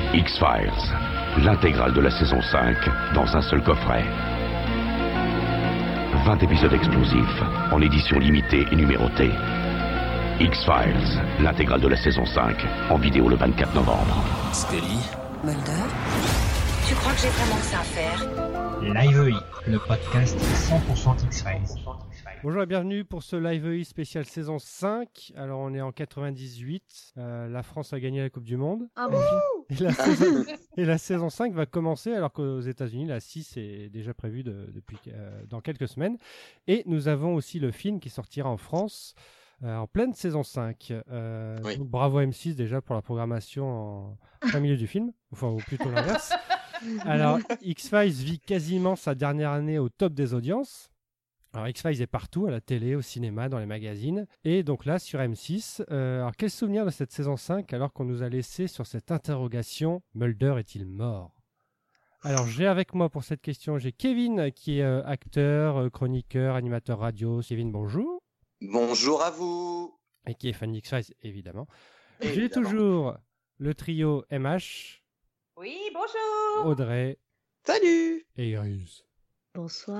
X-Files, l'intégrale de la saison 5, dans un seul coffret. 20 épisodes explosifs, en édition limitée et numérotée. X-Files, l'intégrale de la saison 5, en vidéo le 24 novembre. Scully. Mulder. Tu crois que j'ai vraiment que ça à faire? Live EI, le podcast 100% X-Files. Bonjour et bienvenue pour ce Live EI spécial saison 5. Alors on est en 98, la France a gagné la Coupe du Monde. Ah bon. Et la saison 5 va commencer alors qu'aux États-Unis la 6 est déjà prévue depuis dans quelques semaines. Et nous avons aussi le film qui sortira en France en pleine saison 5. Oui. Donc, bravo M6 déjà pour la programmation en plein milieu du film, enfin ou plutôt l'inverse. Alors X-Files vit quasiment sa dernière année au top des audiences. Alors X-Files est partout, à la télé, au cinéma, dans les magazines. Et donc là, sur M6, alors quel souvenir de cette saison 5 alors qu'on nous a laissé sur cette interrogation « Mulder est-il mort ?» Alors j'ai avec moi pour cette question, j'ai Kevin qui est acteur, chroniqueur, animateur radio. Kevin, bonjour. Bonjour à vous. Et qui est fan d'X-Files, évidemment. J'ai Évidemment. toujours le trio MH, Oui, bonjour. Audrey Salut. et Iris. Bonsoir.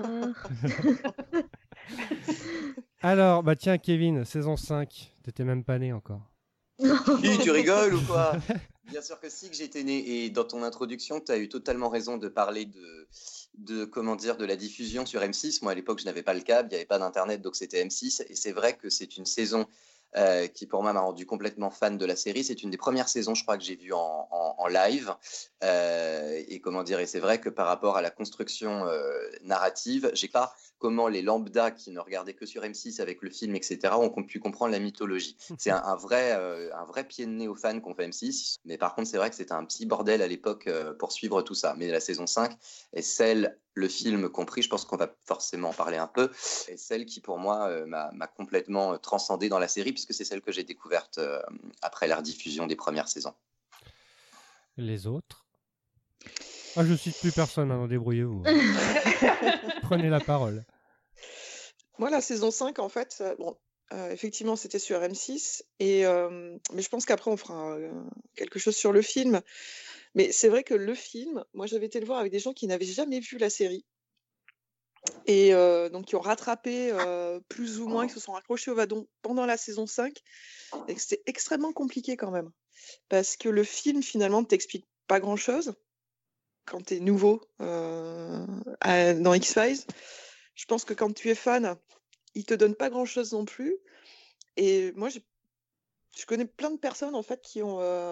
Alors, bah tiens Kevin, saison 5, t'étais même pas né encore. Hi, tu rigoles ou quoi? Bien sûr que si, que j'étais né. Et dans ton introduction, tu as eu totalement raison de parler de la diffusion sur M6. Moi, à l'époque, je n'avais pas le câble, il n'y avait pas d'internet, donc c'était M6. Et c'est vrai que c'est une saison qui, pour moi, m'a rendu complètement fan de la série. C'est une des premières saisons, je crois, que j'ai vues en live. Et c'est vrai que par rapport à la construction narrative, j'ai pas comment les lambdas qui ne regardaient que sur M6 avec le film, etc., ont pu comprendre la mythologie. C'est un vrai pied de nez aux fans qu'on fait M6. Mais par contre, c'est vrai que c'était un petit bordel à l'époque pour suivre tout ça. Mais la saison 5 est celle, le film compris, je pense qu'on va forcément en parler un peu, est celle qui, pour moi, m'a complètement transcendé dans la série, puisque c'est celle que j'ai découverte après la rediffusion des premières saisons. Les autres? Ah, je cite plus personne, maintenant débrouillez-vous. Prenez la parole. Moi, la saison 5, en fait, effectivement, c'était sur M6. Mais je pense qu'après, on fera quelque chose sur le film. Mais c'est vrai que le film, moi, j'avais été le voir avec des gens qui n'avaient jamais vu la série. Et donc, qui ont rattrapé plus ou moins, qui se sont raccrochés au wagon pendant la saison 5. Et que c'était extrêmement compliqué quand même. Parce que le film, finalement, ne t'explique pas grand-chose quand tu es nouveau dans X-Files. Je pense que quand tu es fan, il te donne pas grand-chose non plus. Et moi, je connais plein de personnes en fait qui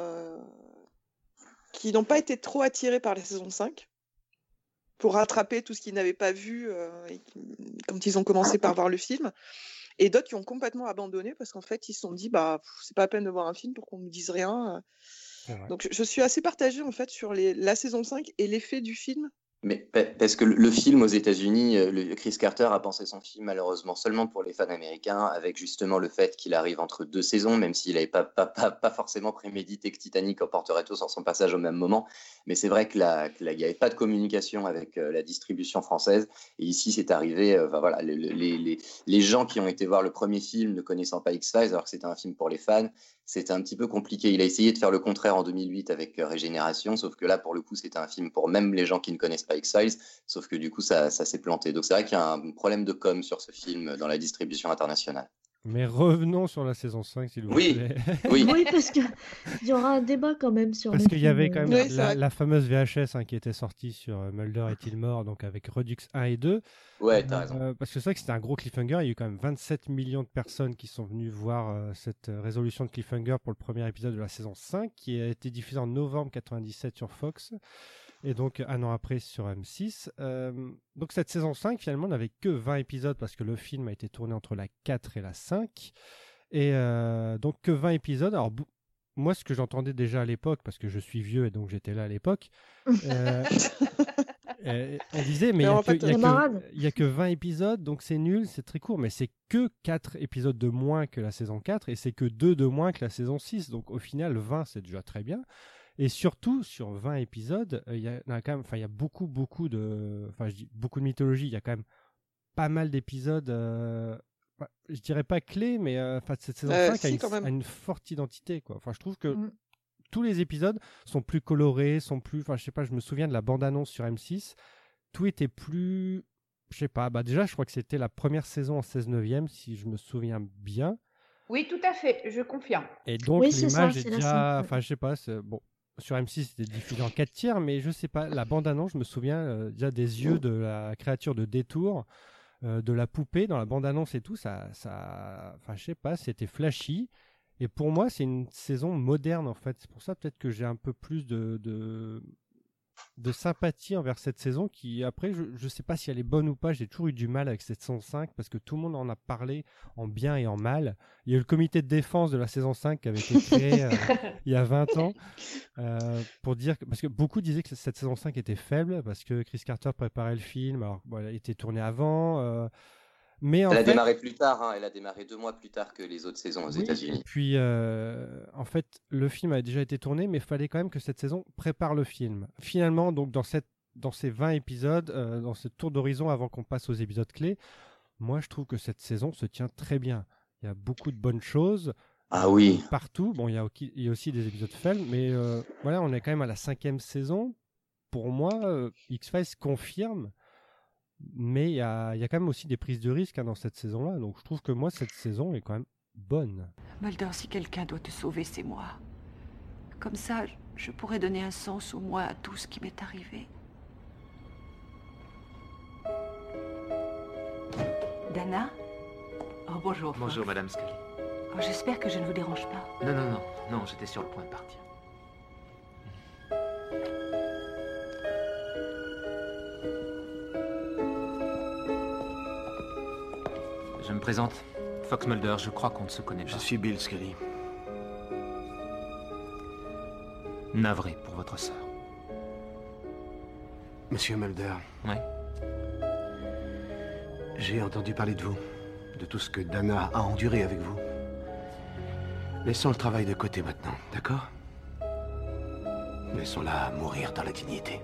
n'ont pas été trop attirées par la saison 5 pour rattraper tout ce qu'ils n'avaient pas vu quand ils ont commencé par voir le film. Et d'autres qui ont complètement abandonné parce qu'en fait, ils se sont dit c'est pas la peine de voir un film pour qu'on nous dise rien. Donc je suis assez partagée en fait sur la saison 5 et l'effet du film. Mais parce que le film aux États-Unis, Chris Carter a pensé son film malheureusement seulement pour les fans américains, avec justement le fait qu'il arrive entre deux saisons, même s'il n'avait pas forcément prémédité que Titanic emporterait tout sur son passage au même moment. Mais c'est vrai qu'il n'y avait pas de communication avec la distribution française. Et ici, c'est arrivé. Les gens qui ont été voir le premier film ne connaissant pas X-Files, alors que c'était un film pour les fans, c'était un petit peu compliqué. Il a essayé de faire le contraire en 2008 avec Régénération, sauf que là, pour le coup, c'était un film pour même les gens qui ne connaissent pas X-Files, sauf que du coup, ça s'est planté. Donc c'est vrai qu'il y a un problème de com sur ce film dans la distribution internationale. Mais revenons sur la saison 5, s'il vous plaît. Oui. Oui, parce qu'il y aura un débat quand même sur Parce le qu'il y avait quand même Oui, la fameuse VHS qui était sortie sur Mulder est-il mort, donc avec Redux 1 et 2. Ouais, t'as raison. Parce que c'est vrai que c'était un gros cliffhanger. Il y a eu quand même 27 millions de personnes qui sont venues voir cette résolution de cliffhanger pour le premier épisode de la saison 5, qui a été diffusé en novembre 97 sur Fox. Et donc un an après sur M6. Donc cette saison 5 finalement n'avait que 20 épisodes parce que le film a été tourné entre la 4 et la 5. Et donc que 20 épisodes. Alors moi ce que j'entendais déjà à l'époque, parce que je suis vieux et donc j'étais là à l'époque, on disait mais il n'y a que 20 épisodes, donc c'est nul, c'est très court, mais c'est que 4 épisodes de moins que la saison 4 et c'est que 2 de moins que la saison 6. Donc au final 20 c'est déjà très bien. Et surtout, sur 20 épisodes, il y a quand même, il y a beaucoup de mythologie. Il y a quand même pas mal d'épisodes, je dirais pas clés, mais cette saison 5 a une forte identité, quoi. Enfin, je trouve que tous les épisodes sont plus colorés, sont plus... Enfin, je sais pas, je me souviens de la bande-annonce sur M6. Tout était plus... Je sais pas, déjà, je crois que c'était la première saison en 16/9, si je me souviens bien. Oui, tout à fait, je confirme. Et donc, Oui, l'image c'est est la déjà... 5, Enfin, je sais pas, bon, sur M6, c'était diffusé en 4/3, mais je sais pas, la bande-annonce, je me souviens déjà des yeux de la créature de Détour, de la poupée dans la bande-annonce et tout, ça... Enfin, je sais pas, c'était flashy. Et pour moi, c'est une saison moderne, en fait. C'est pour ça, peut-être que j'ai un peu plus de sympathie envers cette saison qui, après, je sais pas si elle est bonne ou pas. J'ai toujours eu du mal avec cette saison 5 parce que tout le monde en a parlé en bien et en mal. Il y a eu le comité de défense de la saison 5 qui avait été créé il y a 20 ans pour dire parce que beaucoup disaient que cette saison 5 était faible parce que Chris Carter préparait le film. Alors, elle a été tournée avant. Mais elle a démarré plus tard, hein. Elle a démarré 2 mois plus tard que les autres saisons aux États-Unis. Et puis, en fait, le film a déjà été tourné, mais il fallait quand même que cette saison prépare le film. Finalement, donc dans ces 20 épisodes, dans ce tour d'horizon avant qu'on passe aux épisodes clés, moi je trouve que cette saison se tient très bien. Il y a beaucoup de bonnes choses. Ah oui. Partout. Bon, il y a aussi des épisodes faibles, mais voilà, on est quand même à la 5e saison. Pour moi, X-Files confirme. Mais il y a quand même aussi des prises de risque dans cette saison-là. Donc je trouve que moi, cette saison est quand même bonne. Mulder, si quelqu'un doit te sauver, c'est moi. Comme ça, je pourrais donner un sens au moins à tout ce qui m'est arrivé. Dana? Oh, bonjour. Bonjour, Fox. Madame Scully. Oh, j'espère que je ne vous dérange pas. Non, j'étais sur le point de partir. Je me présente. Fox Mulder, je crois qu'on ne se connaît pas. Je suis Bill Scully. Navré pour votre sœur. Monsieur Mulder. Oui. J'ai entendu parler de vous, de tout ce que Dana a enduré avec vous. Laissons le travail de côté maintenant, d'accord? Laissons-la mourir dans la dignité.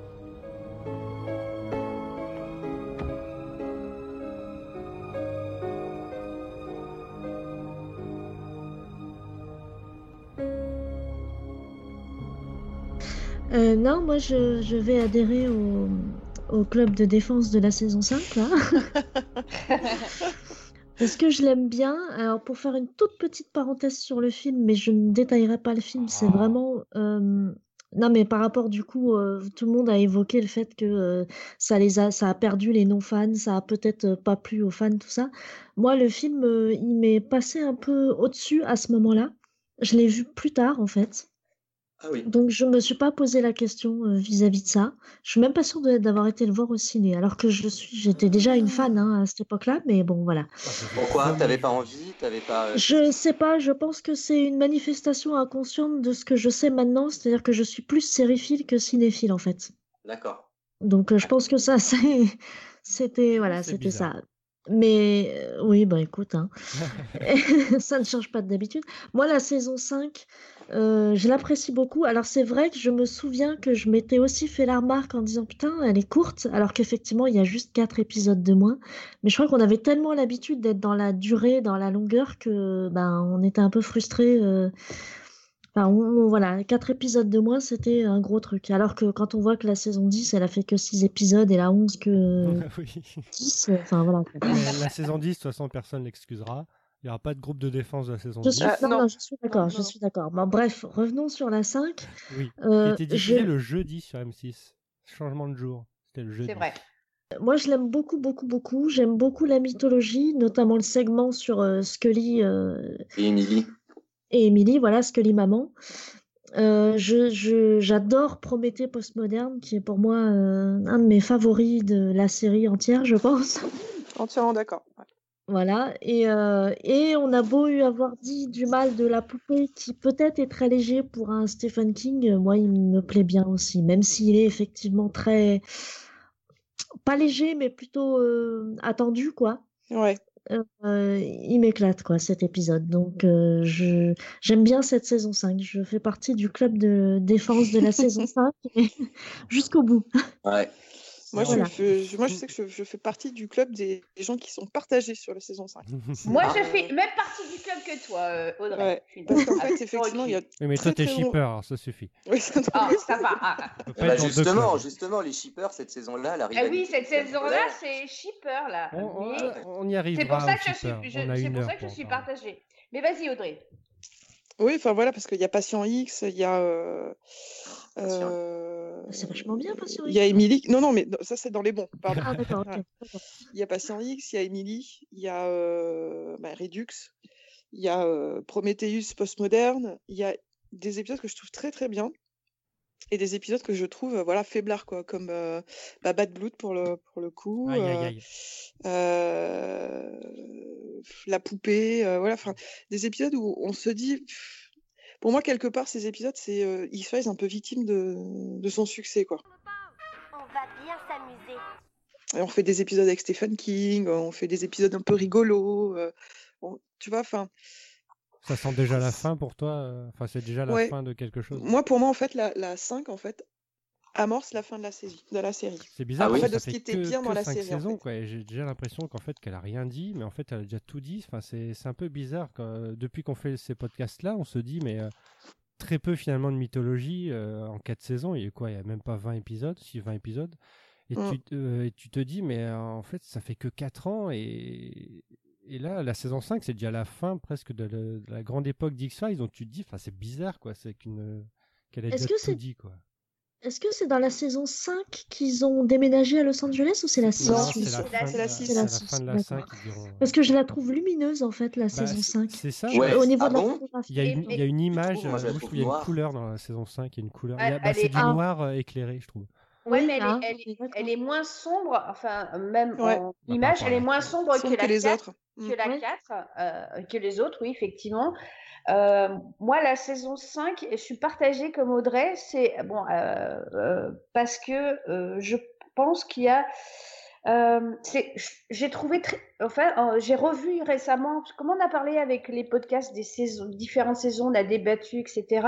Non, moi je vais adhérer au club de défense de la saison 5 là. Parce que je l'aime bien. Alors pour faire une toute petite parenthèse sur le film, mais je ne détaillerai pas le film, c'est vraiment... Non mais par rapport du coup, tout le monde a évoqué le fait que ça a perdu les non-fans, ça a peut-être pas plu aux fans, tout ça. Moi le film, il m'est passé un peu au-dessus à ce moment-là. Je l'ai vu plus tard en fait. Ah oui. Donc je me suis pas posé la question vis-à-vis de ça. Je suis même pas sûre d'avoir été le voir au ciné, alors que j'étais déjà une fan à cette époque-là, mais bon voilà. Pourquoi? T'avais pas envie? T'avais pas... Je sais pas, je pense que c'est une manifestation inconsciente de ce que je sais maintenant, c'est-à-dire que je suis plus sériephile que cinéphile en fait. D'accord. Donc je pense que ça c'était voilà, C'est c'était bizarre. ça. Mais oui, bah écoute, hein. Ça ne change pas d'habitude. Moi, la saison 5, je l'apprécie beaucoup. Alors, c'est vrai que je me souviens que je m'étais aussi fait la remarque en disant putain, elle est courte, alors qu'effectivement, il y a juste 4 épisodes de moins. Mais je crois qu'on avait tellement l'habitude d'être dans la durée, dans la longueur, que on était un peu frustrés. Enfin, voilà, 4 épisodes de moins, c'était un gros truc. Alors que quand on voit que la saison 10, elle a fait que 6 épisodes et la 11 que Oui. 10, enfin voilà. La saison 10, de toute façon, personne ne l'excusera. Il n'y aura pas de groupe de défense de la saison Je 10. suis... non, je suis d'accord, je suis d'accord. Bon, bref, revenons sur la 5. Oui, qui était diffusée le jeudi sur M6. Changement de jour, c'était le jeudi. C'est vrai. Moi, je l'aime beaucoup, beaucoup, beaucoup. J'aime beaucoup la mythologie, notamment le segment sur Scully Et Emily. et Emily, voilà, Scully maman. J'adore Prométhée postmoderne, qui est pour moi un de mes favoris de la série entière, je pense. Entièrement d'accord. Ouais. Voilà, et on a beau avoir dit du mal de la poupée, qui peut-être est très léger pour un Stephen King, moi il me plaît bien aussi, même s'il est effectivement très, pas léger, mais plutôt attendu, quoi. Ouais. Il m'éclate, quoi, cet épisode. Donc j'aime bien cette saison 5. Je fais partie du club de défense de la saison 5 jusqu'au bout. Ouais. Moi, Voilà. je sais que je fais partie du club des gens qui sont partagés sur la saison 5. Moi, je fais même partie du club que toi, Audrey. Ouais, Je suis parce qu'en avec fait, effectivement, il y a Oui, mais toi, très, t'es très long- shipper, alors ça suffit. Oui, ça Ah, ça va. Ah. On peut pas être dans deux clubs. Justement, les shippers, cette saison-là, la Ah oui, rivalité, cette c'est saison-là, moderne. c'est shipper, là. On y C'est arrivera pour ça au que shipper. On a c'est une pour heure ça que je pour en suis parler. partagée. Mais vas-y, Audrey. Oui, enfin voilà, parce qu'il y a Patient X, il y a. C'est vachement bien, Patient Il y a X. Émilie. Non, mais ça, c'est dans les bons. Pardon. Ah, d'accord, ok. Voilà. D'accord. Il y a Patient X, il y a Émilie, il y a Redux, il y a Prometheus Postmoderne. Il y a des épisodes que je trouve très très bien et des épisodes que je trouve voilà faiblards quoi, comme Bad Blood pour le coup, Aïe, aïe, aïe. La poupée, voilà, enfin des épisodes où on se dit. Pour moi, quelque part, ces épisodes, c'est X-Files un peu victime de son succès, quoi. On va bien s'amuser. Et on fait des épisodes avec Stephen King, on fait des épisodes un peu rigolos, tu vois, enfin. Ça sent déjà la fin pour toi Enfin, c'est déjà la Ouais. fin de quelque chose. Pour moi, en fait, la 5, en fait, amorce la fin de la série. C'est bizarre, en parce fait, que de ça ce qui fait était bien dans la 5 série. En saisons, fait. quoi. Et j'ai déjà l'impression qu'en fait qu'elle a rien dit, mais en fait elle a déjà tout dit. Enfin, c'est un peu bizarre. Depuis qu'on fait ces podcasts-là, on se dit mais très peu finalement de mythologie en 4 saisons. Il y a quoi? Il y a même pas 20 épisodes, 20 épisodes. Et tu te dis mais en fait ça fait que 4 ans et là la saison 5 c'est déjà la fin presque de la grande époque d'X-Files, donc tu te dis c'est bizarre quoi, qu'elle a Est-ce déjà que tout c'est- dit quoi. Est-ce que c'est dans la saison 5 qu'ils ont déménagé à Los Angeles ou c'est la 6? Non, Non, c'est la fin, c'est la c'est 6. la la fin de la d'accord. 5 ils diront. Parce que je la trouve lumineuse en fait, la saison 5. C'est ça. Ouais. Au niveau Ah de la bon photographie. Il y a une image, Moi, je la où je trouve trouve il y a une noire. couleur dans la saison 5, il y a une couleur. Elle C'est est- du Ah. noir éclairé, je trouve. Ouais, Oui, mais ah, elle est moins sombre, enfin, même Ouais. en Par image, rapport à elle est la moins sombre Sombre que que la les 4, autres. que la Ouais. 4, que les autres, oui, effectivement. Moi, la saison 5, je suis partagée comme Audrey, c'est bon, parce que je pense qu'il y a. J'ai trouvé j'ai revu récemment, comme on a parlé avec les podcasts des saisons, différentes saisons, on a débattu, etc.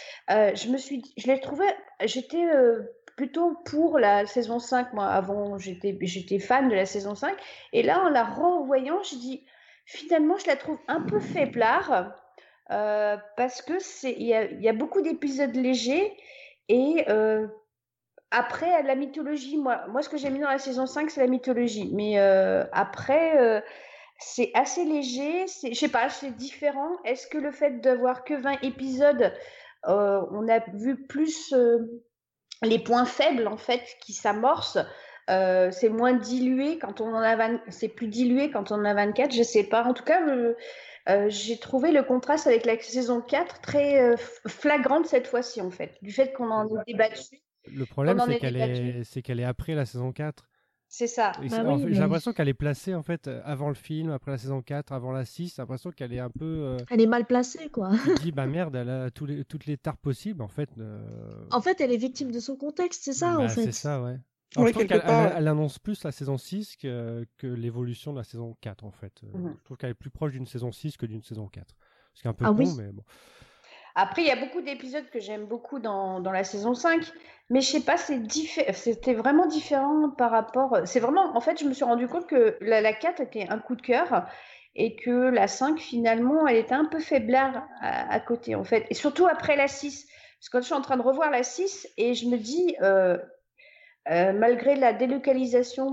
Je l'ai trouvé, j'étais plutôt pour la saison 5. Moi, avant, j'étais fan de la saison 5. Et là, en la revoyant, je dis, finalement, je la trouve un peu faiblard. Parce que il y a beaucoup d'épisodes légers et après la mythologie, moi ce que j'aime bien dans la saison 5 c'est la mythologie, mais après c'est assez léger, je sais pas, c'est différent. Est-ce que le fait d'avoir que 20 épisodes, on a vu plus les points faibles en fait qui s'amorcent, c'est moins dilué quand on en a c'est plus dilué quand on en a 24, je sais pas. En tout cas, j'ai trouvé le contraste avec la saison 4 très flagrante cette fois-ci, en fait. Du fait qu'on en ait débattu. Le problème, On en c'est est qu'elle est après la saison 4. C'est ça. Et Bah en oui, fait, mais- j'ai l'impression qu'elle est placée en fait avant le film, après la saison 4, avant la 6. J'ai l'impression qu'elle est un peu. Elle est mal placée, quoi. Tu te dis, bah merde, elle a toutes les tares possibles en fait. En fait, elle est victime de son contexte, c'est ça, en fait. C'est ça, ouais. Alors, Ouais, je trouve quelque qu'elle part, elle annonce plus la saison 6 que l'évolution de la saison 4 en fait. Mhm. Je trouve qu'elle est plus proche d'une saison 6 que d'une saison 4. C'est un peu Ah con, oui. mais bon. Après, il y a beaucoup d'épisodes que j'aime beaucoup dans la saison 5, mais je sais pas, c'était vraiment différent par rapport. C'est vraiment, en fait, je me suis rendu compte que la 4 était un coup de cœur et que la 5, finalement, elle était un peu faiblard à côté, en fait. Et surtout après la 6. Parce que quand je suis en train de revoir la 6, et je me dis, malgré la délocalisation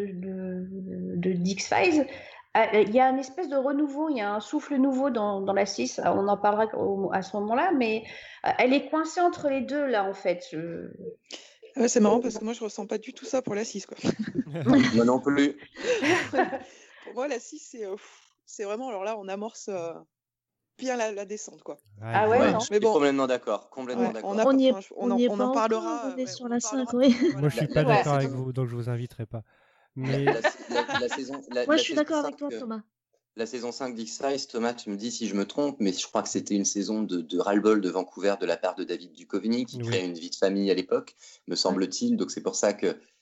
de X-Files, il y a une espèce de renouveau, il y a un souffle nouveau dans la 6, on en parlera à ce moment-là, mais elle est coincée entre les deux, là, en fait. Ouais, c'est marrant parce que moi, je ressens pas du tout ça pour la 6, quoi. Moi non plus. Pour moi, la 6, c'est vraiment, alors là, on amorce bien la descente, quoi. Ah ouais, Ouais, non. je suis Mais bon. complètement d'accord. Complètement Ouais, d'accord. On y est, enfin, on y est on pas en encore, parlera. on est sur on la en 5, parlera. oui. Moi, je suis pas Ouais. d'accord avec vous, donc je vous inviterai pas. Mais La saison, Moi, je suis d'accord avec toi, Thomas. La saison 5 d'X-Files, Thomas, tu me dis si je me trompe, mais je crois que c'était une saison de ras-le-bol de Vancouver de la part de David Duchovny, qui Oui. créait une vie de famille à l'époque, me semble-t-il. Donc c'est pour ça que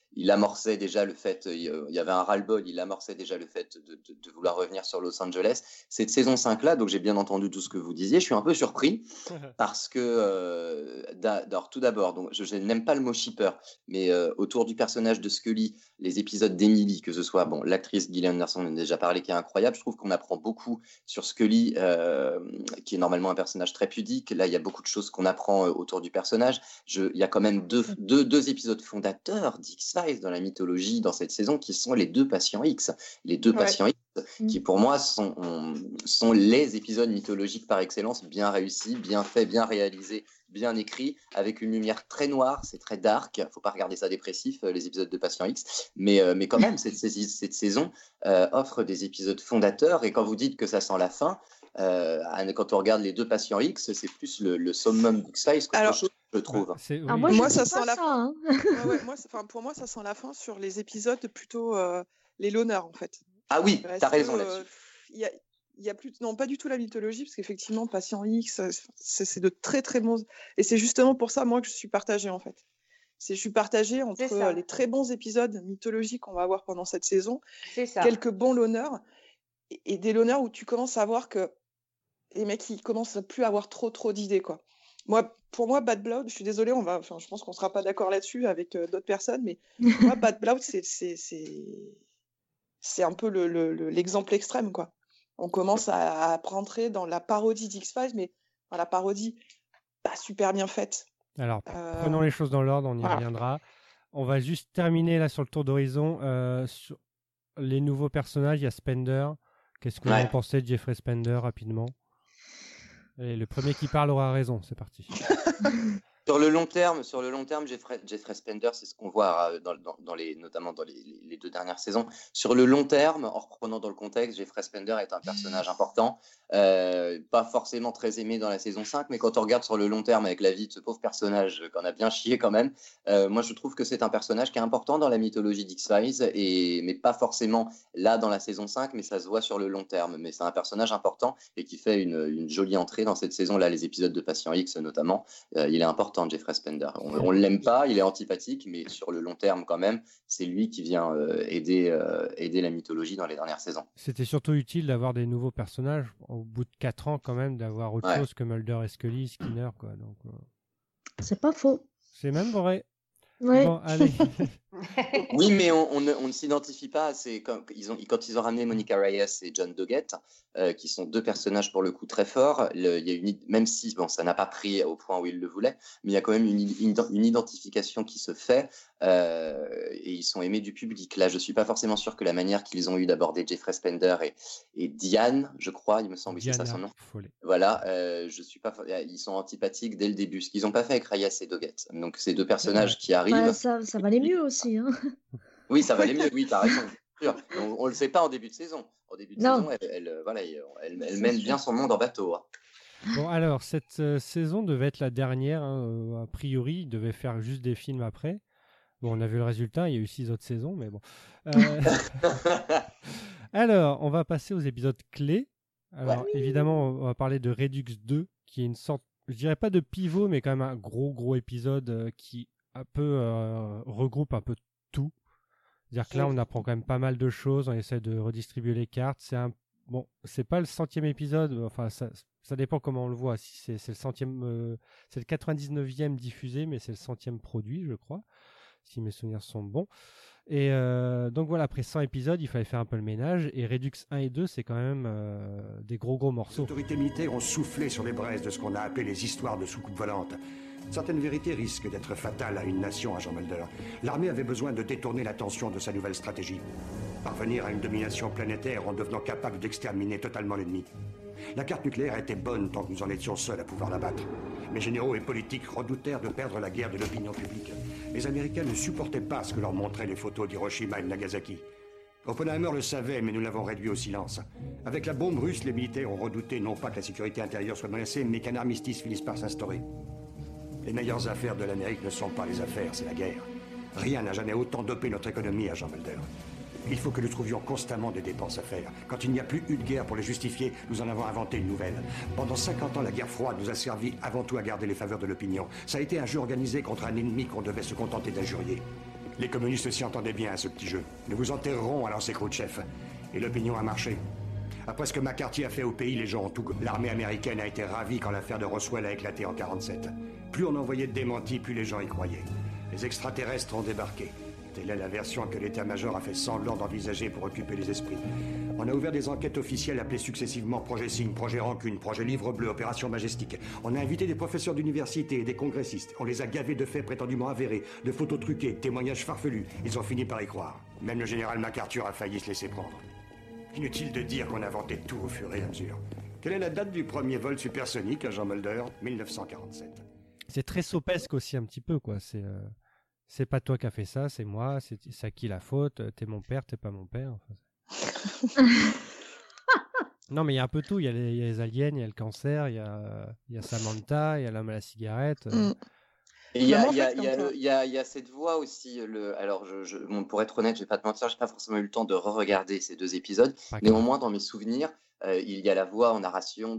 il amorçait déjà le fait, il y avait un ras-le-bol, il amorçait déjà le fait de vouloir revenir sur Los Angeles. Cette saison 5-là, donc j'ai bien entendu tout ce que vous disiez, je suis un peu surpris parce que, tout d'abord, donc, je n'aime pas le mot shipper, mais autour du personnage de Scully, les épisodes d'Emily, que ce soit l'actrice Gillian Anderson, on en a déjà parlé, qui est incroyable, je trouve qu'on apprend beaucoup sur Scully, qui est normalement un personnage très pudique. Là, il y a beaucoup de choses qu'on apprend autour du personnage. Il y a quand même deux épisodes fondateurs d'X-Files dans la mythologie dans cette saison qui sont les 2 patients X. Les 2 patients X qui pour moi sont les épisodes mythologiques par excellence, bien réussis, bien faits, bien réalisés, bien écrits, avec une lumière très noire, c'est très dark, faut pas regarder ça dépressif, les épisodes de Patient X, mais quand même, cette saison offre des épisodes fondateurs, et quand vous dites que ça sent la fin, quand on regarde les 2 Patients X, c'est plus le summum d'X-Files qu'autre chose, je trouve. Moi, ça sent la fin. Pour moi, ça sent la fin sur les épisodes plutôt les loners, en fait. Ah oui, t'as raison là-dessus. Il y a plus, non, pas du tout la mythologie, parce qu'effectivement, Patient X, c'est de très très bons. Et c'est justement pour ça, moi, que je suis partagée, en fait. Je suis partagée entre les très bons épisodes mythologiques qu'on va avoir pendant cette saison, quelques bons loners, et des loners où tu commences à voir que les mecs, ils commencent à plus avoir trop d'idées, quoi. Pour moi, Bad Blood, je suis désolée, je pense qu'on ne sera pas d'accord là-dessus avec d'autres personnes, mais moi, Bad Blood, c'est un peu l'exemple extrême, quoi. On commence à rentrer dans la parodie d'X-Files, mais la parodie pas super bien faite. Alors, prenons les choses dans l'ordre, on y reviendra. On va juste terminer là sur le tour d'horizon. Sur les nouveaux personnages, il y a Spender. Qu'est-ce que vous pensez de Jeffrey Spender, rapidement? Allez, le premier qui parle aura raison, c'est parti. Sur le long terme, Jeffrey Spender, c'est ce qu'on voit notamment dans les 2 dernières saisons. Sur le long terme, en reprenant dans le contexte, Jeffrey Spender est un personnage important, pas forcément très aimé dans la saison 5, mais quand on regarde sur le long terme avec la vie de ce pauvre personnage qu'on a bien chié quand même, moi je trouve que c'est un personnage qui est important dans la mythologie d'X-Files, mais pas forcément là dans la saison 5, mais ça se voit sur le long terme. Mais c'est un personnage important et qui fait une jolie entrée dans cette saison, là les épisodes de Patient X notamment, il est important. Jeffrey Spender. On ne l'aime pas, il est antipathique, mais sur le long terme quand même, c'est lui qui vient aider la mythologie dans les dernières saisons. C'était surtout utile d'avoir des nouveaux personnages, au bout de 4 ans quand même, d'avoir autre chose que Mulder et Scully, Skinner, quoi. Donc, c'est pas faux. C'est même vrai. Ouais. Bon, allez. Oui, mais on ne s'identifie pas. C'est quand ils ont ramené Monica Reyes et John Doggett, qui sont 2 personnages pour le coup très forts. Il y a même si ça n'a pas pris au point où ils le voulaient, mais il y a quand même une identification qui se fait, et ils sont aimés du public. Là, je suis pas forcément sûr que la manière qu'ils ont eu d'aborder Jeffrey Spender et Diane, je crois, il me semble que c'est ça son nom. Voilà, je suis pas. Ils sont antipathiques dès le début, ce qu'ils n'ont pas fait avec Reyes et Doggett. Donc ces 2 personnages qui arrivent. Ça valait mieux aussi. Hein. Oui, ça valait mieux. Oui, t'as raison. On le fait pas en début de saison. En début de saison, elle mène bien son monde en bateau. Hein. Bon, alors, cette saison devait être la dernière. A priori, il devait faire juste des films après. Bon, on a vu le résultat. Il y a eu 6 autres saisons, mais bon. Alors, on va passer aux épisodes clés. Alors, évidemment, on va parler de Redux 2, qui est une sorte, je dirais pas de pivot, mais quand même un gros épisode qui un peu regroupe un peu tout. C'est-à-dire que là, on apprend quand même pas mal de choses, on essaie de redistribuer les cartes. C'est pas le 100e épisode, enfin ça dépend comment on le voit. Si c'est le 100e, c'est le 99e diffusé, mais c'est le 100e produit, je crois, si mes souvenirs sont bons. Et donc voilà, après 100 épisodes, il fallait faire un peu le ménage. Et Redux 1 et 2, c'est quand même des gros morceaux. Les autorités militaires ont soufflé sur les braises de ce qu'on a appelé les histoires de soucoupe volante. Certaines vérités risquent d'être fatales à une nation, agent Mulder. L'armée avait besoin de détourner l'attention de sa nouvelle stratégie. Parvenir à une domination planétaire en devenant capable d'exterminer totalement l'ennemi. La carte nucléaire était bonne tant que nous en étions seuls à pouvoir la battre. Mes généraux et politiques redoutèrent de perdre la guerre de l'opinion publique. Les Américains ne supportaient pas ce que leur montraient les photos d'Hiroshima et de Nagasaki. Oppenheimer le savait, mais nous l'avons réduit au silence. Avec la bombe russe, les militaires ont redouté non pas que la sécurité intérieure soit menacée, mais qu'un armistice finisse par s'instaurer. Les meilleures affaires de l'Amérique ne sont pas les affaires, c'est la guerre. Rien n'a jamais autant dopé notre économie, agent Mulder. Il faut que nous trouvions constamment des dépenses à faire. Quand il n'y a plus eu de guerre pour les justifier, nous en avons inventé une nouvelle. Pendant 50 ans, la guerre froide nous a servi avant tout à garder les faveurs de l'opinion. Ça a été un jeu organisé contre un ennemi qu'on devait se contenter d'injurier. Les communistes s'y entendaient bien à ce petit jeu. Nous vous enterrerons, a lancé Khrouchtchev. Et l'opinion a marché. Après ce que McCarthy a fait au pays, les gens ont tout... L'armée américaine a été ravie quand l'affaire de Roswell a éclaté en 1947. Plus on envoyait de démentis, plus les gens y croyaient. Les extraterrestres ont débarqué. Telle est la version que l'état-major a fait semblant d'envisager pour occuper les esprits. On a ouvert des enquêtes officielles appelées successivement Projet Signe, Projet Rancune, Projet Livre Bleu, Opération Majestique. On a invité des professeurs d'université et des congressistes. On les a gavés de faits prétendument avérés, de photos truquées, de témoignages farfelus. Ils ont fini par y croire. Même le général MacArthur a failli se laisser prendre. Inutile de dire qu'on inventait tout au fur et à mesure. Quelle est la date du premier vol supersonique à Jean Mulder? 1947. C'est très sopesque aussi un petit peu, quoi. C'est pas toi qui as fait ça, c'est moi, c'est à qui la faute, t'es mon père, t'es pas mon père. Enfin, non, mais il y a un peu tout, il y a les aliens, il y a le cancer, il y a Samantha, il y a l'homme à la cigarette. Et il y a cette voix aussi. Alors, bon, pour être honnête, je vais pas te mentir, j'ai pas forcément eu le temps de re-regarder ces 2 épisodes. Néanmoins, dans mes souvenirs, il y a la voix en narration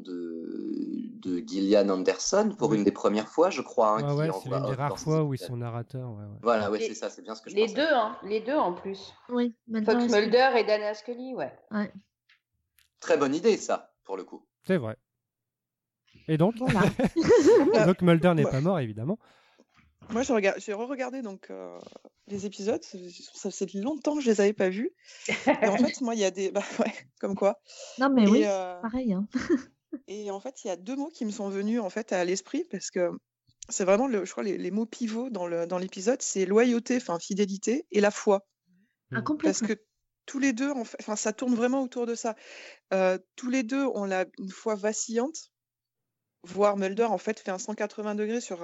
de Gillian Anderson pour une des premières fois, je crois. Ouais, c'est l'une des rares fois où ils sont narrateurs. Ouais. Voilà, c'est ça, c'est bien ce que je pensais. Les deux en plus. Oui, Fox Mulder et Dana Scully, ouais. Très bonne idée, ça, pour le coup. C'est vrai. Et donc, donc Mulder n'est pas mort, évidemment. Moi, j'ai re-regardé donc les épisodes. Ça fait longtemps que je les avais pas vus. Et en fait, moi, il y a des, comme quoi. Non, mais oui, pareil. Hein. Et en fait, il y a 2 mots qui me sont venus en fait à l'esprit parce que c'est vraiment, je crois, les mots pivots dans l'épisode, c'est loyauté, enfin fidélité, et la foi. Parce que tous les deux, ça tourne vraiment autour de ça. Tous les deux ont une foi vacillante, voire Mulder en fait fait un 180 degrés sur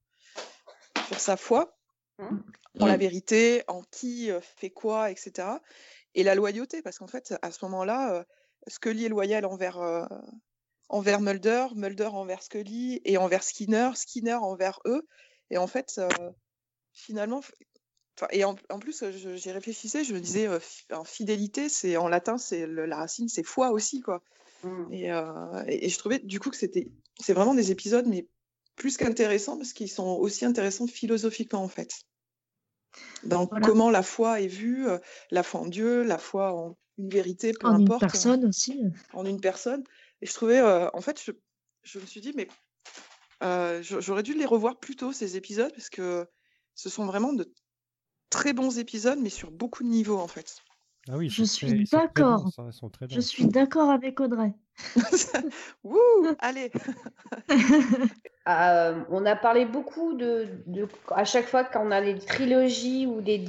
sa foi, en la vérité, en qui fait quoi, etc. Et la loyauté, parce qu'en fait, à ce moment-là, Scully est loyal envers Mulder, Mulder envers Scully, et envers Skinner envers eux. Et en fait, finalement... Et en plus, j'y réfléchissais, je me disais, fidélité, c'est en latin, la racine, c'est foi aussi, quoi. Et je trouvais, du coup, que c'est vraiment des épisodes, mais plus qu'intéressants, parce qu'ils sont aussi intéressants philosophiquement, en fait. Dans comment la foi est vue, la foi en Dieu, la foi en une vérité, peu importe. En une personne aussi. En une personne. Et je trouvais, en fait, je me suis dit, mais j'aurais dû les revoir plus tôt, ces épisodes, parce que ce sont vraiment de très bons épisodes, mais sur beaucoup de niveaux, en fait. Ah oui, je suis d'accord. Je suis d'accord avec Audrey. Wouh, allez. On a parlé beaucoup à chaque fois qu'on a des trilogies ou des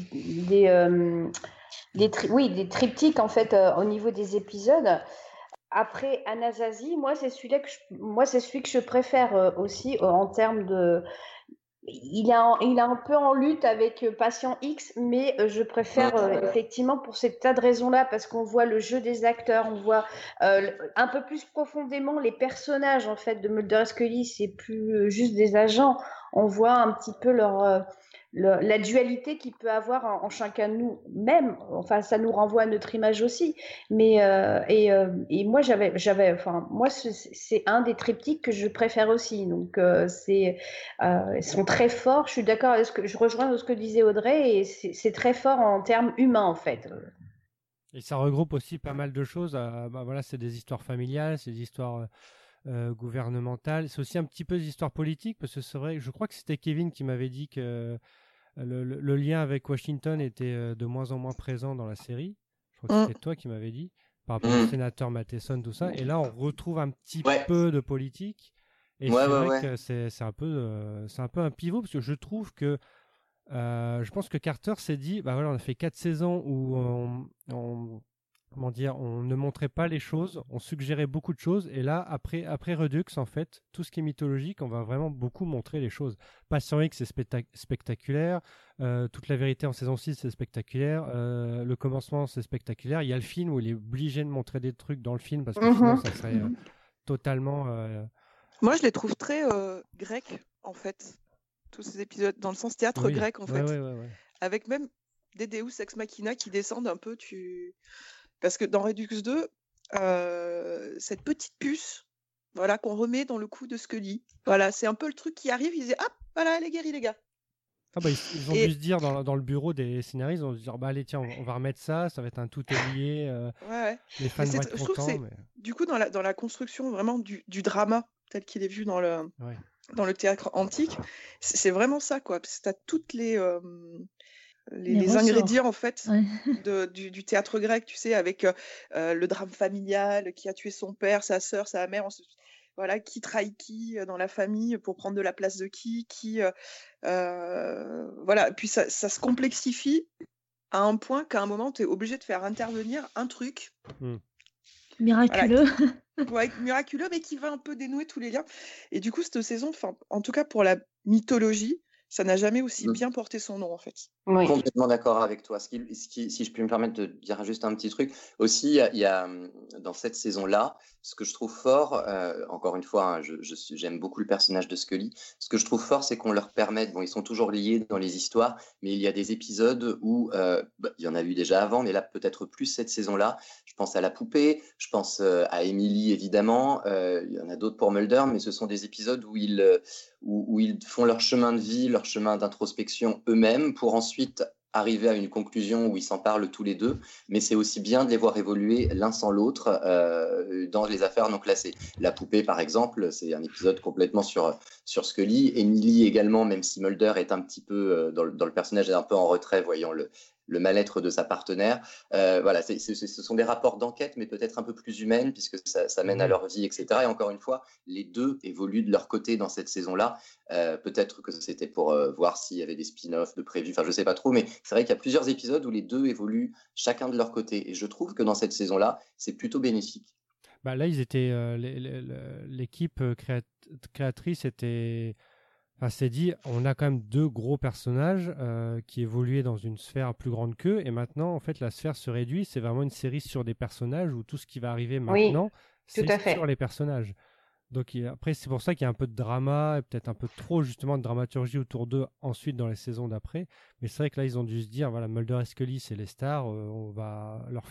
triptyques en fait au niveau des épisodes. Après Anasazi, moi c'est celui que je préfère aussi en termes de. Il est un peu en lutte avec Patient X, mais je préfère effectivement pour ces tas de raisons-là, parce qu'on voit le jeu des acteurs, on voit un peu plus profondément les personnages en fait de Mulder et Scully, c'est plus juste des agents, on voit un petit peu la dualité qu'il peut avoir en chacun de nous, même, enfin ça nous renvoie à notre image aussi, mais et moi moi c'est un des triptyques que je préfère aussi, donc ils sont très forts, je suis d'accord avec je rejoins ce que disait Audrey, et c'est très fort en termes humains en fait. Et ça regroupe aussi pas mal de choses, voilà, c'est des histoires familiales, c'est des histoires gouvernementales, c'est aussi un petit peu des histoires politiques, parce que c'est vrai, je crois que c'était Kevin qui m'avait dit que le lien avec Washington était de moins en moins présent dans la série. Je crois que c'était toi qui m'avais dit, par rapport au sénateur Matheson, tout ça. Et là, on retrouve un petit peu de politique. Et c'est vrai que c'est un peu un pivot, parce que je trouve que je pense que Carter s'est dit, bah voilà, on a fait 4 saisons où on ne montrait pas les choses, on suggérait beaucoup de choses, et là, après Redux, en fait, tout ce qui est mythologique, on va vraiment beaucoup montrer les choses. Patient X, c'est spectaculaire, toute la vérité en saison 6, c'est spectaculaire, le commencement, c'est spectaculaire, il y a le film où il est obligé de montrer des trucs dans le film, parce que sinon, ça serait totalement... Moi, je les trouve très grecs, en fait, tous ces épisodes, dans le sens théâtre grec, en fait. Ouais. Avec même des Deus Ex Machina qui descendent un peu, Parce que dans Redux 2, cette petite puce, voilà, qu'on remet dans le cou de Scully, voilà, c'est un peu le truc qui arrive, il disait, ah, voilà, elle est guérie, les gars. Ah bah, ils ont dû se dire dans le bureau des scénaristes, ils ont dû se dire allez tiens on va remettre ça va être un tout est lié. Ouais. Les fans vont être Je trouve que contents. c'est du coup dans la construction vraiment du drama tel qu'il est vu dans le théâtre antique, c'est vraiment ça quoi. Parce que t'as toutes les ingrédients en fait du théâtre grec, tu sais, avec le drame familial, qui a tué son père, sa sœur, sa mère, voilà, qui trahit qui dans la famille pour prendre de la place de qui voilà, puis ça se complexifie à un point qu'à un moment tu es obligé de faire intervenir un truc miraculeux. Voilà, miraculeux, mais qui va un peu dénouer tous les liens. Et du coup, cette saison, en tout cas pour la mythologie, ça n'a jamais aussi bien porté son nom, en fait. Oui. Complètement d'accord avec toi. Si je peux me permettre de dire juste un petit truc, aussi, il y a dans cette saison-là, ce que je trouve fort, encore une fois, j'aime beaucoup le personnage de Scully, ce que je trouve fort, c'est qu'on leur permette, bon, ils sont toujours liés dans les histoires, mais il y a des épisodes où, il y en a eu déjà avant, mais là, peut-être plus cette saison-là. Je pense à la poupée, je pense à Emily, évidemment, il y en a d'autres pour Mulder, mais ce sont des épisodes où ils font leur chemin de vie, leur chemin d'introspection eux-mêmes pour ensuite arriver à une conclusion où ils s'en parlent tous les deux, mais c'est aussi bien de les voir évoluer l'un sans l'autre dans les affaires non classées. La poupée, par exemple, c'est un épisode complètement sur Scully. Emily également, même si Mulder est un petit peu, dans le personnage, est un peu en retrait, voyant le mal-être de sa partenaire. Voilà, ce sont des rapports d'enquête, mais peut-être un peu plus humaines, puisque ça mène à leur vie, etc. Et encore une fois, les deux évoluent de leur côté dans cette saison-là. Peut-être que c'était pour voir s'il y avait des spin-offs de prévus, enfin je sais pas trop, mais c'est vrai qu'il y a plusieurs épisodes où les deux évoluent chacun de leur côté. Et je trouve que dans cette saison-là, c'est plutôt bénéfique. Bah là, ils étaient l'équipe créatrice était... Enfin, c'est dit, on a quand même deux gros personnages qui évoluaient dans une sphère plus grande qu'eux, et maintenant, en fait, la sphère se réduit. C'est vraiment une série sur des personnages où tout ce qui va arriver maintenant, c'est sur les personnages. Donc après, c'est pour ça qu'il y a un peu de drama, et peut-être un peu trop justement de dramaturgie autour d'eux ensuite dans les saisons d'après. Mais c'est vrai que là, ils ont dû se dire, voilà, Mulder et Scully, c'est les stars, on va leur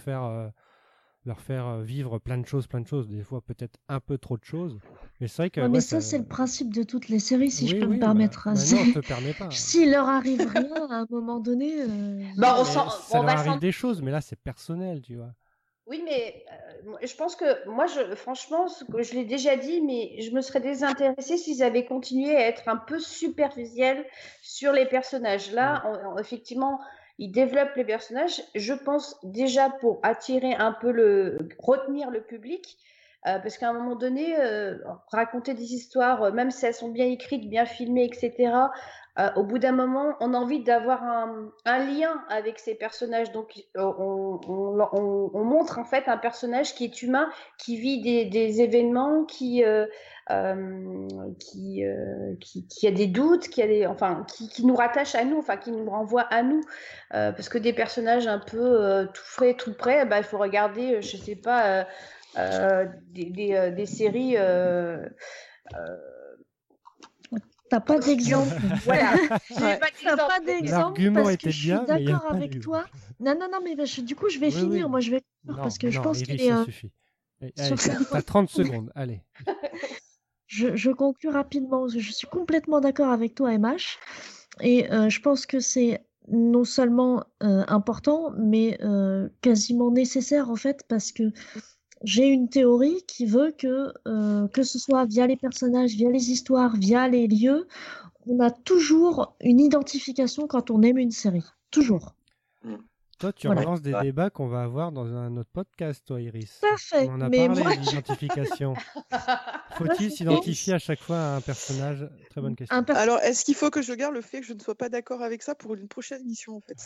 faire vivre plein de choses, des fois peut-être un peu trop de choses. Mais c'est vrai que... mais ça, c'est le principe de toutes les séries, si je peux me permettre. Non, on te permet pas. S'il leur arrive rien, à un moment donné... ça leur arrive des choses, mais là, c'est personnel, tu vois. Oui, mais je pense que moi, franchement, je l'ai déjà dit, mais je me serais désintéressée s'ils avaient continué à être un peu superficiels sur les personnages. Là, effectivement... Ils développent les personnages, je pense déjà pour attirer un peu retenir le public, parce qu'à un moment donné, raconter des histoires, même si elles sont bien écrites, bien filmées, etc., au bout d'un moment, on a envie d'avoir un lien avec ces personnages. Donc, on montre en fait un personnage qui est humain, qui vit des événements, qui a des doutes, qui nous rattache à nous, enfin qui nous renvoie à nous, parce que des personnages un peu tout frais, tout prêts, il faut regarder, je sais pas, des séries. T'as pas d'exemple. Voilà. T'as pas d'exemple parce que je suis d'accord avec toi. Non, mais du coup, je vais finir. Moi, je vais parce que je pense qu'il est. Ça suffit. T'as 30 secondes. Allez. Je conclue rapidement. Je suis complètement d'accord avec toi, MH. Et je pense que c'est non seulement important, mais quasiment nécessaire en fait, parce que j'ai une théorie qui veut que ce soit via les personnages, via les histoires, via les lieux, on a toujours une identification quand on aime une série. Toujours. Toi, tu relances des débats qu'on va avoir dans un autre podcast, toi, Iris. Parfait. On en a parlé d'identification. Faut-il s'identifier à chaque fois à un personnage? Très bonne question. Alors, est-ce qu'il faut que je garde le fait que je ne sois pas d'accord avec ça pour une prochaine émission, en fait?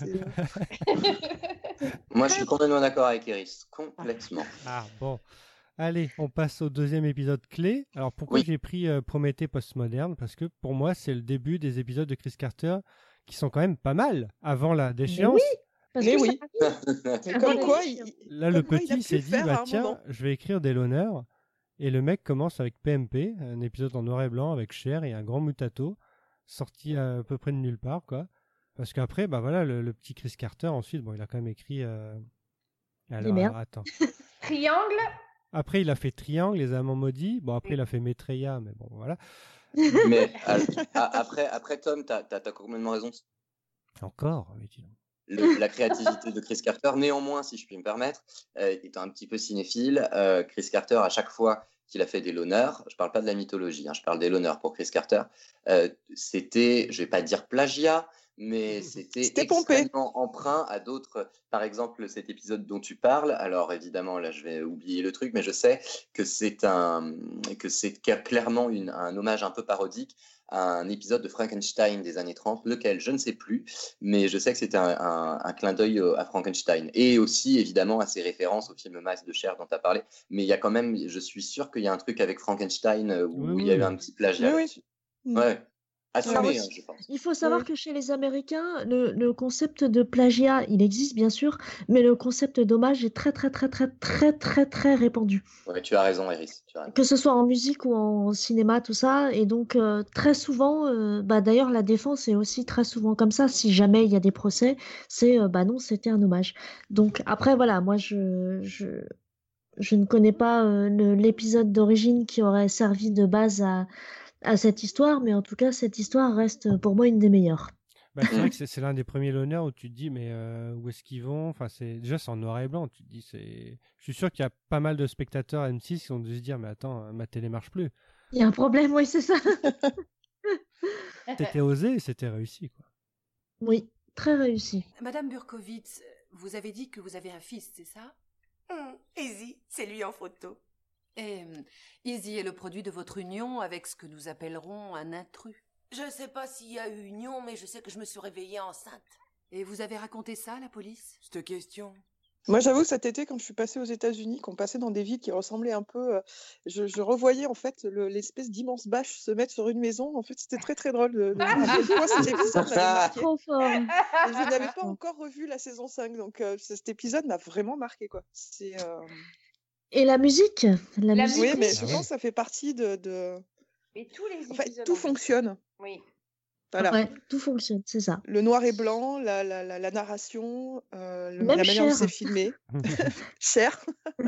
Moi, je suis complètement d'accord avec Iris. Complètement. Ah, bon. Allez, on passe au deuxième épisode clé. Alors, pourquoi j'ai pris Prométhée postmoderne? Parce que pour moi, c'est le début des épisodes de Chris Carter qui sont quand même pas mal avant la déchéance. Mais oui. Comme quoi, là, le petit s'est dit, tiens, je vais écrire des loners. Et le mec commence avec PMP, un épisode en noir et blanc avec Cher et un grand mutato, sorti à peu près de nulle part, quoi. Parce qu'après, voilà, le petit Chris Carter, ensuite, il a quand même écrit... Alors, attends. Triangle. Après, il a fait Triangle, Les Amants Maudits. Bon, après, il a fait Maitreya, mais bon, voilà. Mais après Tom, t'as complètement raison. Encore, oui, dis donc. La créativité de Chris Carter. Néanmoins, si je puis me permettre, étant un petit peu cinéphile, Chris Carter, à chaque fois qu'il a fait des loners, je ne parle pas de la mythologie, je parle des loners pour Chris Carter, c'était, je ne vais pas dire plagiat, mais c'était extrêmement emprunt à d'autres. Par exemple, cet épisode dont tu parles, alors évidemment, là, je vais oublier le truc, mais je sais que c'est clairement un hommage un peu parodique à un épisode de Frankenstein des années 30, lequel je ne sais plus, mais je sais que c'était un clin d'œil à Frankenstein. Et aussi, évidemment, à ses références au film Max de Cher dont tu as parlé. Mais il y a quand même, je suis sûr qu'il y a un truc avec Frankenstein où il y a eu un petit plagiat là-dessus. Ouais. Assumé, je pense. Il faut savoir que chez les Américains, le concept de plagiat, il existe bien sûr, mais le concept d'hommage est très très répandu. Ouais, tu as raison, Iris. Que ce soit en musique ou en cinéma, tout ça. Et donc, très souvent, d'ailleurs, la défense est aussi très souvent comme ça. Si jamais il y a des procès, c'est non, c'était un hommage. Donc, après, voilà, moi, je ne connais pas l'épisode d'origine qui aurait servi de base à cette histoire, mais en tout cas, cette histoire reste pour moi une des meilleures. C'est vrai que c'est l'un des premiers loners où tu te dis, mais où est-ce qu'ils vont? Enfin, déjà, c'est en noir et blanc. Tu te dis, je suis sûr qu'il y a pas mal de spectateurs M6 qui ont dû se dire, mais attends, ma télé marche plus. Il y a un problème, oui, c'est ça. C'était osé et c'était réussi, quoi. Oui, très réussi. Madame Burkowitz, vous avez dit que vous avez un fils, c'est ça? Izzy, c'est lui en photo. Et Izzy est le produit de votre union avec ce que nous appellerons un intrus. Je sais pas s'il y a eu union, mais je sais que je me suis réveillée enceinte. Et vous avez raconté ça à la police? Cette question. Moi, j'avoue, cet été, quand je suis passée aux États-Unis, qu'on passait dans des villes qui ressemblaient un peu, je revoyais en fait l'espèce d'immense bâche se mettre sur une maison. En fait, c'était très très drôle de voir à quel point cet épisode m'avait marqué. Trop fort. Et je n'avais pas encore revu la saison 5, donc cet épisode m'a vraiment marqué, quoi. Et la musique, Oui, mais je pense que ça fait partie de... Mais tous les épisodes. En fait, tout fonctionne. Oui. Voilà. Ouais, tout fonctionne, c'est ça. Le noir et blanc, la narration, la manière dont c'est filmé. Cher.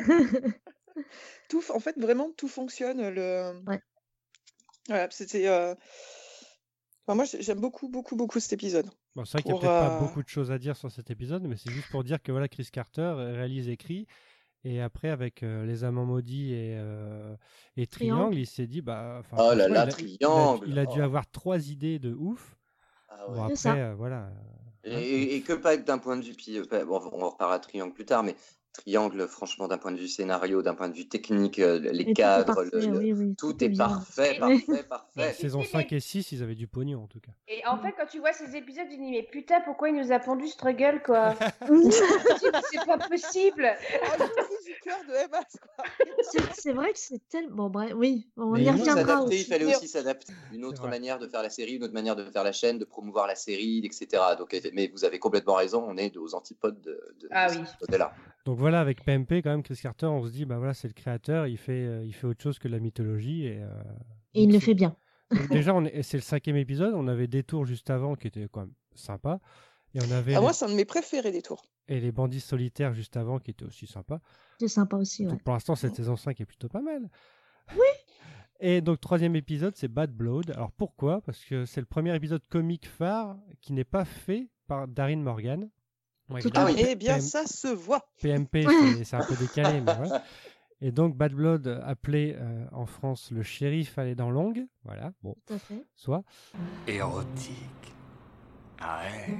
En fait, vraiment, tout fonctionne. Voilà, c'était... moi, j'aime beaucoup cet épisode. Bon, c'est vrai qu'il n'y a peut-être pas beaucoup de choses à dire sur cet épisode, mais c'est juste pour dire que voilà, Chris Carter réalise, écrit. Et après, avec Les Amants Maudits et Triangle, il s'est dit, Triangle. Il a dû avoir 3 idées de ouf. Bon, après, voilà. Et que pas d'un point de vue, on reparlera de Triangle plus tard, mais Triangle, franchement, d'un point de vue scénario, d'un point de vue technique, les cadres, tout est parfait. Saison 5 et 6, ils avaient du pognon, en tout cas. Et en fait, quand tu vois ces épisodes, tu dis, mais putain, pourquoi il nous a pondu Struggle, quoi? C'est pas possible. Du cœur de Emma, quoi. C'est vrai que c'est tellement... Bon, bref, oui, on mais y reviendra aussi. Il fallait aussi s'adapter. Une autre manière de faire la série, une autre manière de faire la chaîne, de promouvoir la série, etc. Donc, mais vous avez complètement raison, on est aux antipodes de ce côté-là. Donc voilà, avec PMP, quand même, Chris Carter, on se dit, voilà, c'est le créateur, il fait autre chose que la mythologie. Et il le fait bien. Déjà, c'est le 5e épisode, on avait Détour juste avant, qui était quand même sympa. Et on avait moi, c'est un de mes préférés, Détour. Et les Bandits solitaires juste avant, qui était aussi sympa. C'est sympa aussi, ouais. Donc pour l'instant, cette saison 5 est plutôt pas mal. Oui. Et donc, 3e épisode, c'est Bad Blood. Alors pourquoi? Parce que c'est le premier épisode comique phare qui n'est pas fait par Darin Morgan. Eh bien, ça se voit. PMP, c'est un peu décalé, mais voilà. Et donc, Bad Blood, appelé en France le shérif allait dans l'ongle. Voilà, bon. Tout à fait. Soit. Érotique. Ah ouais.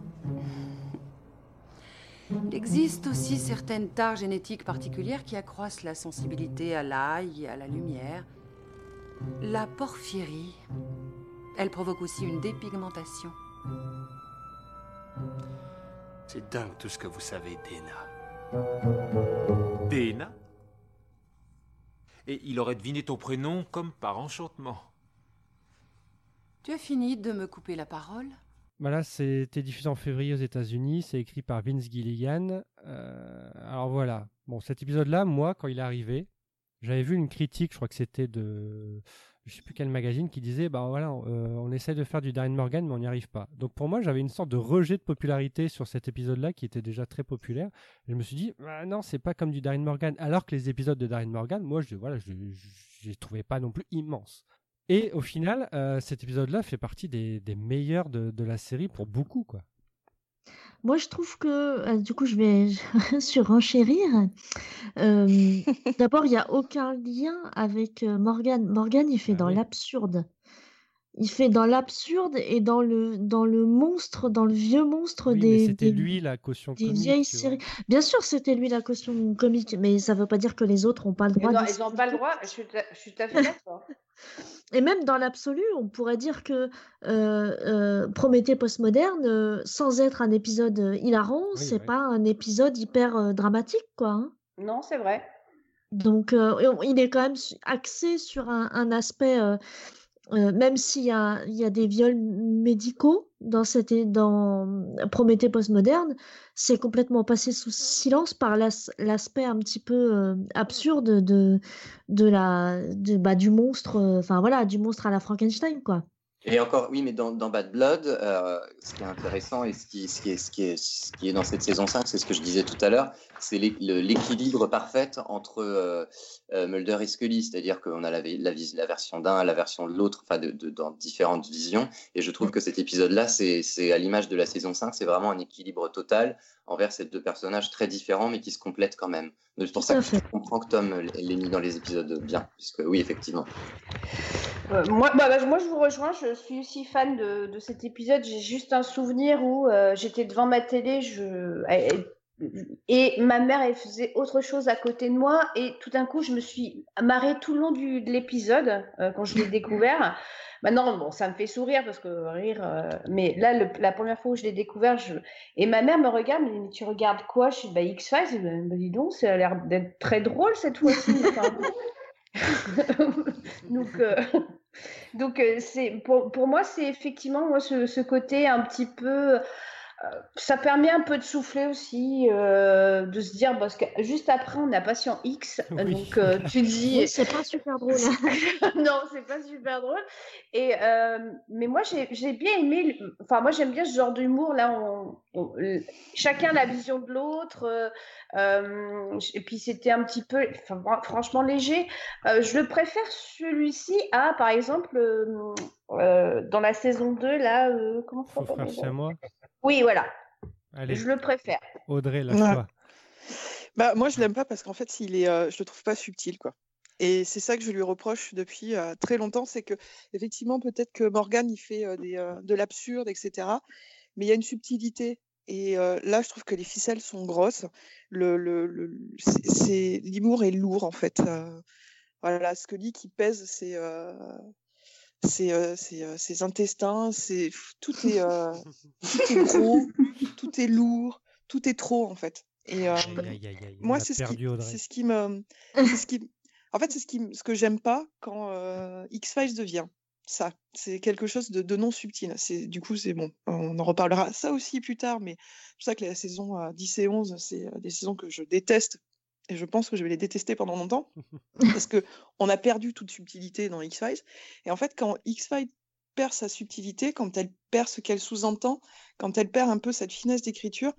Il existe aussi certaines tares génétiques particulières qui accroissent la sensibilité à l'ail et à la lumière. La porphyrie, elle provoque aussi une dépigmentation. C'est dingue tout ce que vous savez, Dana. Dana? Et il aurait deviné ton prénom comme par enchantement. Tu as fini de me couper la parole? Voilà, c'était diffusé en février aux États-Unis. C'est écrit par Vince Gilligan. Alors voilà. Bon, cet épisode-là, moi, quand il est arrivé, j'avais vu une critique, je crois que c'était de... Je sais plus quel magazine qui disait on essaie de faire du Darin Morgan mais on n'y arrive pas. Donc pour moi j'avais une sorte de rejet de popularité sur cet épisode-là qui était déjà très populaire. Et je me suis dit non, c'est pas comme du Darin Morgan, alors que les épisodes de Darin Morgan, moi je les trouvais pas non plus immenses. Et au final, cet épisode-là fait partie des meilleurs de la série pour beaucoup, quoi. Moi, je trouve que, du coup, je vais surenchérir. D'abord, il n'y a aucun lien avec Morgan. Morgan, il fait dans l'absurde. Il fait dans l'absurde et dans le monstre, dans le vieux monstre Oui, mais c'était lui la caution des comique, vieilles tu vois. séries. Bien sûr, c'était lui la caution comique, mais ça ne veut pas dire que les autres n'ont pas le droit Non, de ils n'ont pas le droit. Je suis tout à fait d'accord. Et même dans l'absolu, on pourrait dire que Prométhée postmoderne, sans être un épisode hilarant, c'est pas un épisode hyper dramatique, quoi. Hein. Non, c'est vrai. Donc, il est quand même axé sur un aspect, même s'il y a des viols médicaux dans Prométhée postmoderne, c'est complètement passé sous silence par l'aspect un petit peu absurde du monstre, enfin voilà, du monstre à la Frankenstein, quoi. Et encore, oui, mais dans Bad Blood, ce qui est intéressant et ce qui est dans cette saison 5, c'est ce que je disais tout à l'heure, c'est l'équilibre parfait entre Mulder et Scully, c'est-à-dire qu'on a la version d'un, la version de l'autre, enfin dans différentes visions, et je trouve que cet épisode-là, c'est à l'image de la saison 5, c'est vraiment un équilibre total envers ces deux personnages très différents, mais qui se complètent quand même. Donc, c'est pour ça que je comprends que Tom l'ait mis dans les épisodes bien, puisque oui, effectivement. Moi, je vous rejoins, je suis aussi fan de cet épisode. J'ai juste un souvenir où j'étais devant ma télé et ma mère, elle faisait autre chose à côté de moi, et tout d'un coup, je me suis marrée tout le long de l'épisode quand je l'ai découvert. Maintenant, bon, ça me fait sourire parce que rire, mais là, la première fois où je l'ai découvert, et ma mère me regarde, me dit, mais tu regardes quoi? Je dis, X-Files. Dis donc, ça a l'air d'être très drôle cette fois-ci. Donc c'est pour moi, c'est effectivement ce côté un petit peu, ça permet un peu de souffler aussi, de se dire, parce que juste après on a Patient X, donc tu te dis Oui, c'est pas super drôle. non, c'est pas super drôle. Et mais moi j'ai bien aimé, enfin moi j'aime bien ce genre d'humour là, chacun la vision de l'autre, et puis c'était un petit peu, franchement léger. Je le préfère celui-ci à, par exemple, dans la saison 2 là, comment ça s'appelle Frère chez moi. Oui, voilà. Allez. Je le préfère. Audrey, lâche-toi. Bah, moi, je l'aime pas parce qu'en fait, je le trouve pas subtil, quoi. Et c'est ça que je lui reproche depuis très longtemps, c'est que effectivement, peut-être que Morgan il fait de l'absurde, etc. Mais il y a une subtilité. Et là, je trouve que les ficelles sont grosses. L'humour est lourd, en fait. Voilà, Scully qui pèse ses intestins, tout est gros, tout est lourd, tout est trop, en fait. Et moi, c'est ce qui me, en fait, ce que j'aime pas quand X-Files devient ça. C'est quelque chose de non subtil. Du coup, c'est bon. On en reparlera ça aussi plus tard, mais c'est pour ça que la saison 10 et 11, c'est des saisons que je déteste. Et je pense que je vais les détester pendant longtemps, parce qu'on a perdu toute subtilité dans X-Files. Et en fait, quand X-Files perd sa subtilité, quand elle perd ce qu'elle sous-entend, quand elle perd un peu cette finesse d'écriture,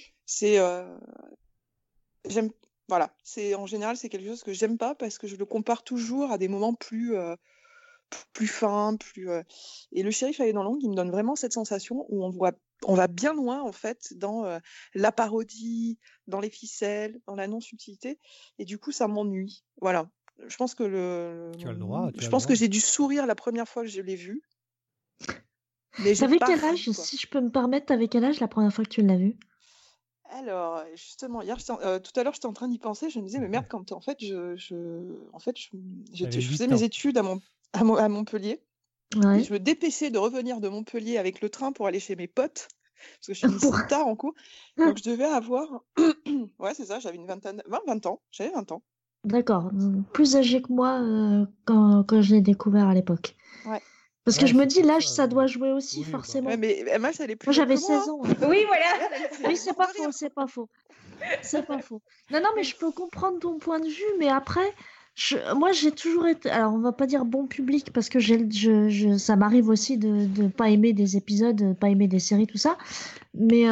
voilà. En général, c'est quelque chose que j'aime pas, parce que je le compare toujours à des moments plus fins, Et le shérif Allen Long, il me donne vraiment cette sensation où on va bien loin, en fait, dans la parodie, dans les ficelles, dans la non-subtilité, et du coup, ça m'ennuie. Voilà. Je pense que Tu as le droit. que j'ai dû sourire la première fois que je l'ai vu. Mais t'avais quel âge, si je peux me permettre, t'avais quel âge la première fois que tu l'as vu? Alors, justement, hier, tout à l'heure, j'étais en train d'y penser, je me disais, mais merde, quand en fait, je faisais mes études à Montpellier. Ouais. Et je me dépêchais de revenir de Montpellier avec le train pour aller chez mes potes, parce que je finissais tard en cours. Donc je devais avoir, ouais, c'est ça, j'avais 20 ans, j'avais 20 ans. D'accord, plus âgé que moi quand je l'ai découvert à l'époque. Ouais. Parce que je me dis, l'âge, ça doit jouer aussi, forcément. Ouais, mais Emma, elle est plus moi, j'avais jeune que moi. 16 ans. Oui, voilà. Oui, c'est pas faux, c'est pas faux. C'est pas faux. Non, mais je peux comprendre ton point de vue, mais après, moi, j'ai toujours été... Alors, on va pas dire bon public, parce que ça m'arrive aussi de pas aimer des épisodes, de pas aimer des séries, tout ça. Mais,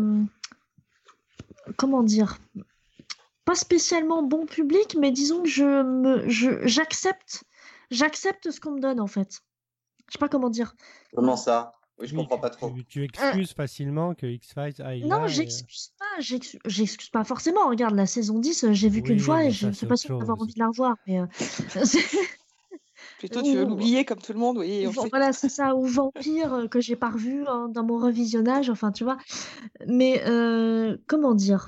comment dire? Pas spécialement bon public, mais disons que j'accepte j'accepte ce qu'on me donne en fait. Je sais pas comment dire. Comment ça? Oui, je comprends pas trop. Tu excuses facilement que X-Files aille là. Non, j'excuse pas forcément. Regarde, la saison 10, j'ai vu qu'une fois et je ne suis pas sûre d'avoir envie de la revoir. Mais Plutôt, tu veux l'oublier comme tout le monde, oui. Voilà, c'est ça. Ou Vampire, que j'ai pas revu dans mon revisionnage. Enfin, tu vois. Mais comment dire?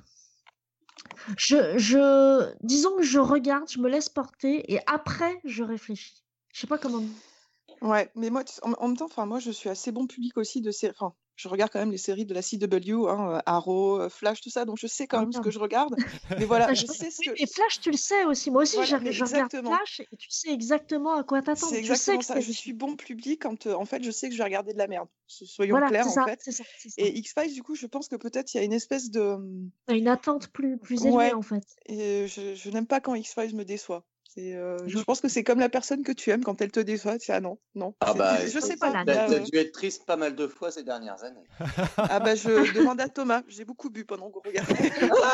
Disons que je regarde, je me laisse porter et après, je réfléchis. Je sais pas comment. Ouais, mais moi, en même temps, moi, je suis assez bon public aussi de séries. Enfin, je regarde quand même les séries de la CW, Arrow, Flash, tout ça, donc je sais quand même ce que je regarde. Mais voilà, je sais ce que. Et Flash, tu le sais aussi. Moi aussi, Voilà, je regarde Flash et tu sais exactement à quoi t'attendre. C'est Tu sais exactement que ça. c'est. Je suis bon public quand, en fait, je sais que je vais regarder de la merde. Soyons Voilà, clairs, c'est ça, en fait. c'est ça. Et X-Files, du coup, je pense que peut-être il y a une espèce de. T'as une attente plus élevée, Ouais. en fait. Et je n'aime pas quand X-Files me déçoit. Je pense que c'est comme la personne que tu aimes quand elle te déçoit. Ah non. Ah bah, je sais pas. T'as dû être triste pas mal de fois ces dernières années. Ah bah, je demande à Thomas. J'ai beaucoup bu pendant qu'on regardait.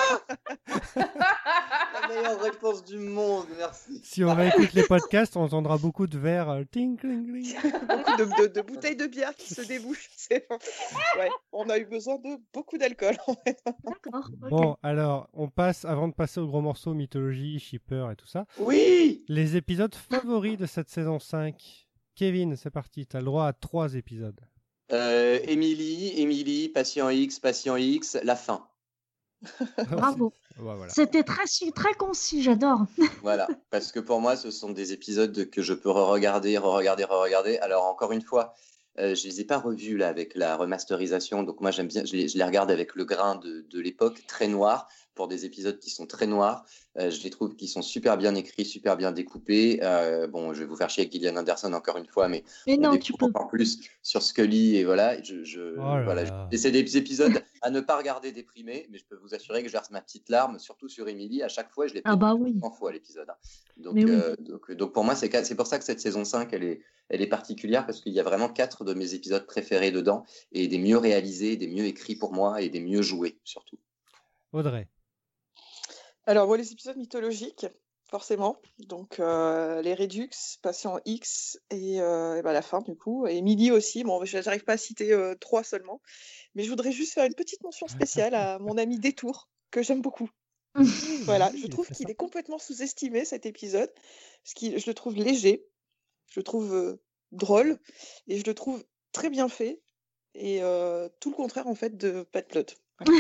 La meilleure réponse du monde, merci. Si on réécoute les podcasts, on entendra beaucoup de verres ting, cling, cling. Beaucoup de bouteilles de bière qui se débouchent. Ouais, on a eu besoin de beaucoup d'alcool. En fait. D'accord. Bon, alors, on passe, avant de passer au gros morceau, mythologie, shipper et tout ça. Oui. Les épisodes favoris de cette saison 5. Kevin, c'est parti, tu as le droit à 3 épisodes. Emily, Patient X, la fin. Bravo. Ouais, voilà. C'était très concis, j'adore. Voilà, parce que pour moi, ce sont des épisodes que je peux re-regarder. Alors, encore une fois, je les ai pas revus là avec la remasterisation, donc moi j'aime bien, je les regarde avec le grain de l'époque, très noir, pour des épisodes qui sont très noirs. Je les trouve qui sont super bien écrits, super bien découpés. Bon, je vais vous faire chier avec Gillian Anderson encore une fois, mais non, on tu découvre peux. encore plus sur Scully et voilà. Et c'est des épisodes à ne pas regarder déprimés, mais je peux vous assurer que je verse ma petite larme, surtout sur Emily. À chaque fois, je l'ai oui. 100 fois l'épisode. Donc, Mais oui. donc pour moi, c'est pour ça que cette saison 5, elle est particulière parce qu'il y a vraiment 4 de mes épisodes préférés dedans et des mieux réalisés, des mieux écrits pour moi et des mieux joués surtout. Audrey. Alors, moi, les épisodes mythologiques, forcément. Donc, les Redux, Patient X et la fin, du coup. Et Emily aussi. Bon, je n'arrive pas à citer 3 seulement. Mais je voudrais juste faire une petite mention spéciale à mon ami Détour, que j'aime beaucoup. Voilà, je trouve qu'il est complètement sous-estimé, cet épisode. Parce que je le trouve léger, je le trouve drôle, et je le trouve très bien fait. Et tout le contraire, en fait, de Bad Blood.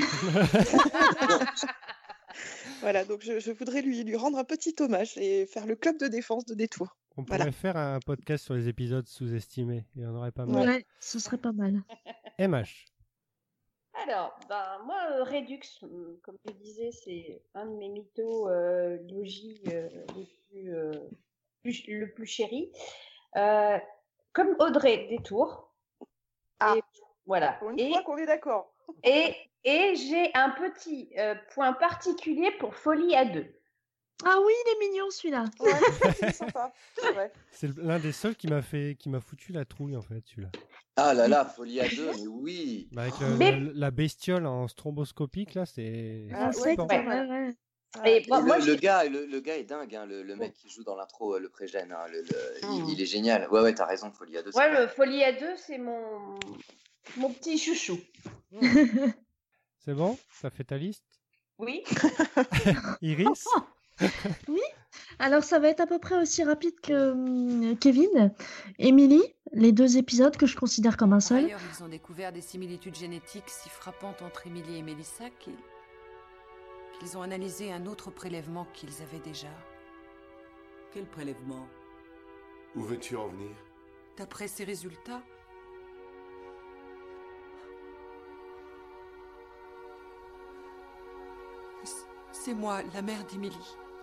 Voilà, donc je voudrais lui rendre un petit hommage et faire le club de défense de Détour. On pourrait faire un podcast sur les épisodes sous-estimés. Il y en aurait pas mal. Ouais, ce serait pas mal. MH. Alors, moi, Redux, comme je disais, c'est un de mes mythos logis le plus chéri. Comme Audrey, Détour. Et voilà. Pour une fois qu'on est d'accord. Et j'ai un petit point particulier pour Folie à 2. Ah oui, il est mignon celui-là. Ouais, c'est sympa. C'est vrai. C'est l'un des seuls qui m'a foutu la trouille en fait, celui-là. Ah là là, Folie à 2, mais oui. Bah, avec la bestiole en stromboscopique là, c'est. Et le gars est dingue, hein, le mec qui joue dans l'intro, le prégène, hein, il est génial. Ouais, t'as raison, Folie à 2. Ouais, le Folie à 2, c'est mon petit chouchou. C'est bon? T'as fait ta liste? Oui. Iris? Oui. Alors ça va être à peu près aussi rapide que Kevin. Emily, les 2 épisodes que je considère comme un seul. D'ailleurs, ils ont découvert des similitudes génétiques si frappantes entre Emily et Melissa qu'ils ont analysé un autre prélèvement qu'ils avaient déjà. Quel prélèvement? Où veux-tu en venir? D'après ces résultats, c'est moi, la mère d'Emily.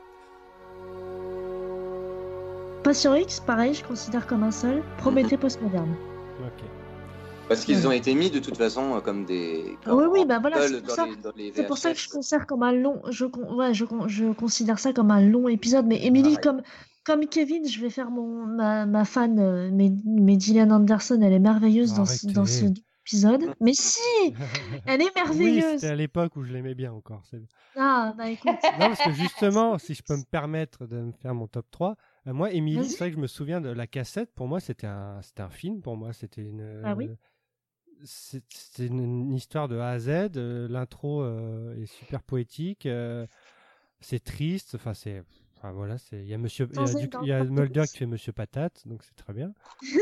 Patient X, pareil, je considère comme un seul. Prométhée postmoderne. Ok. Parce qu'ils ont été mis de toute façon comme des. Oui, bah voilà, c'est pour ça. C'est pour ça que je considère comme un long. Je considère ça comme un long épisode. Mais Emily, comme Kevin, je vais faire ma fan, mais Gillian Anderson, elle est merveilleuse dans ce épisode. Mais si, elle est merveilleuse. Oui, c'était à l'époque où je l'aimais bien encore. Ah, bah écoute. Non, parce que justement, si je peux me permettre de me faire mon top 3, Moi, Emily, Vas-y. c'est vrai que je me souviens de la cassette. Pour moi, c'était un film. Pour moi, c'était Ah oui. c'est une histoire de A à Z. L'intro est super poétique. C'est triste. Enfin voilà, il y a il y a Mulder qui fait Monsieur Patate, donc c'est très bien.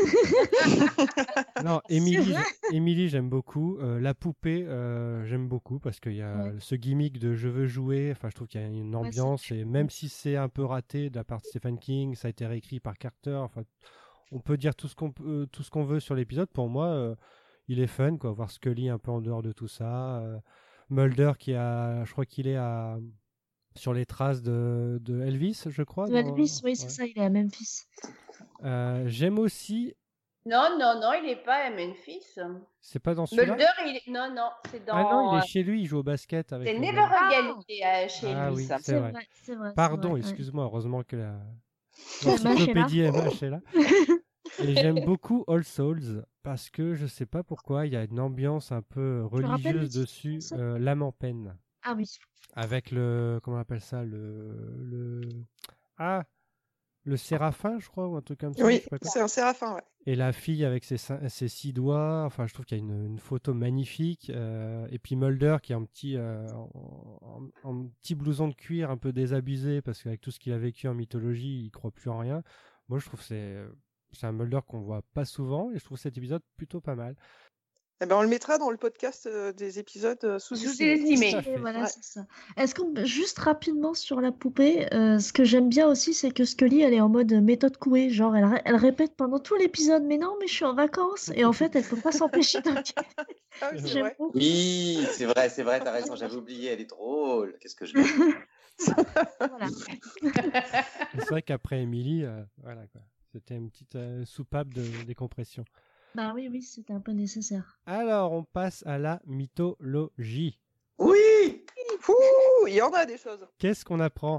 Non, Emily, j'aime beaucoup. La poupée, j'aime beaucoup parce qu'il y a ce gimmick de je veux jouer. Enfin, je trouve qu'il y a une ambiance et même si c'est un peu raté de la part de Stephen King, ça a été réécrit par Carter. Enfin, on peut dire tout ce qu'on veut sur l'épisode. Pour moi, il est fun, quoi. Voir Scully un peu en dehors de tout ça. Mulder je crois qu'il est sur les traces de Elvis, je crois. Elvis, oui, c'est ça, il est à Memphis. J'aime aussi. Non, il n'est pas à Memphis. C'est pas dans celui-là. Mulder, non, c'est dans. Ah non, il est chez lui, il joue au basket avec. C'est Never Again qui est chez lui, oui, ça. c'est vrai. Pardon, vrai, excuse-moi, heureusement que l'encyclopédie MH est là. Et j'aime beaucoup All Souls parce que je sais pas pourquoi, il y a une ambiance un peu religieuse dessus. L'âme en peine. Ah oui. Avec comment on appelle ça, le séraphin, je crois, ou un truc comme ça. Oui, c'est un séraphin, ouais. Et la fille avec ses 6 doigts. Enfin, je trouve qu'il y a une photo magnifique. Et puis Mulder qui est en petit blouson de cuir un peu désabusé parce qu'avec tout ce qu'il a vécu en mythologie, il croit plus en rien. Moi, je trouve que c'est un Mulder qu'on voit pas souvent et je trouve cet épisode plutôt pas mal. Eh ben, on le mettra dans le podcast des épisodes sous-estimés. Voilà, c'est ça. Est-ce qu'on juste rapidement sur la poupée, ce que j'aime bien aussi, c'est que Scully, elle est en mode méthode Coué, genre elle répète pendant tout l'épisode, mais non, mais je suis en vacances, et en fait, elle peut pas s'empêcher d'enquêter. Ah oui, J'aime beaucoup. Oui, c'est vrai, t'as raison, j'avais oublié, elle est drôle. Qu'est-ce que je l'aime. Voilà. C'est vrai qu'après Emily, voilà quoi. C'était une petite soupape de décompression. Bah oui, c'était un peu nécessaire. Alors, on passe à la mythologie. Oui, il y en a des choses. Qu'est-ce qu'on apprend?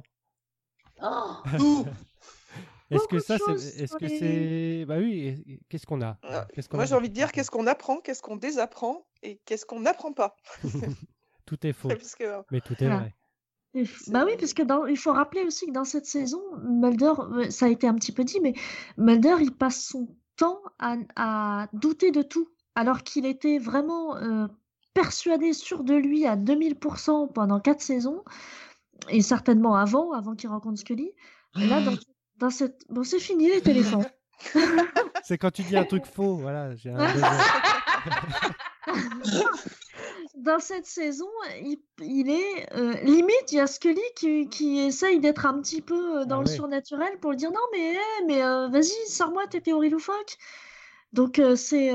Est-ce que ça, c'est... Bah oui, qu'est-ce qu'on a? Moi, j'ai envie de dire qu'est-ce qu'on apprend, qu'est-ce qu'on désapprend et qu'est-ce qu'on n'apprend pas. Tout est faux, Parce que... mais tout est vrai. Bah oui, parce que il faut rappeler aussi que dans cette saison, Mulder, ça a été un petit peu dit, mais Mulder, il passe son temps à douter de tout, alors qu'il était vraiment persuadé, sûr de lui à 2000% pendant 4 saisons, et certainement avant qu'il rencontre Scully. Et là, dans cette... Bon, c'est fini les téléphones. C'est quand tu dis un truc faux, voilà. J'ai un Dans cette saison, il est limite, il y a Scully qui essaye d'être un petit peu dans le surnaturel pour lui dire non mais vas-y, sors-moi tes théories loufoques. Donc c'est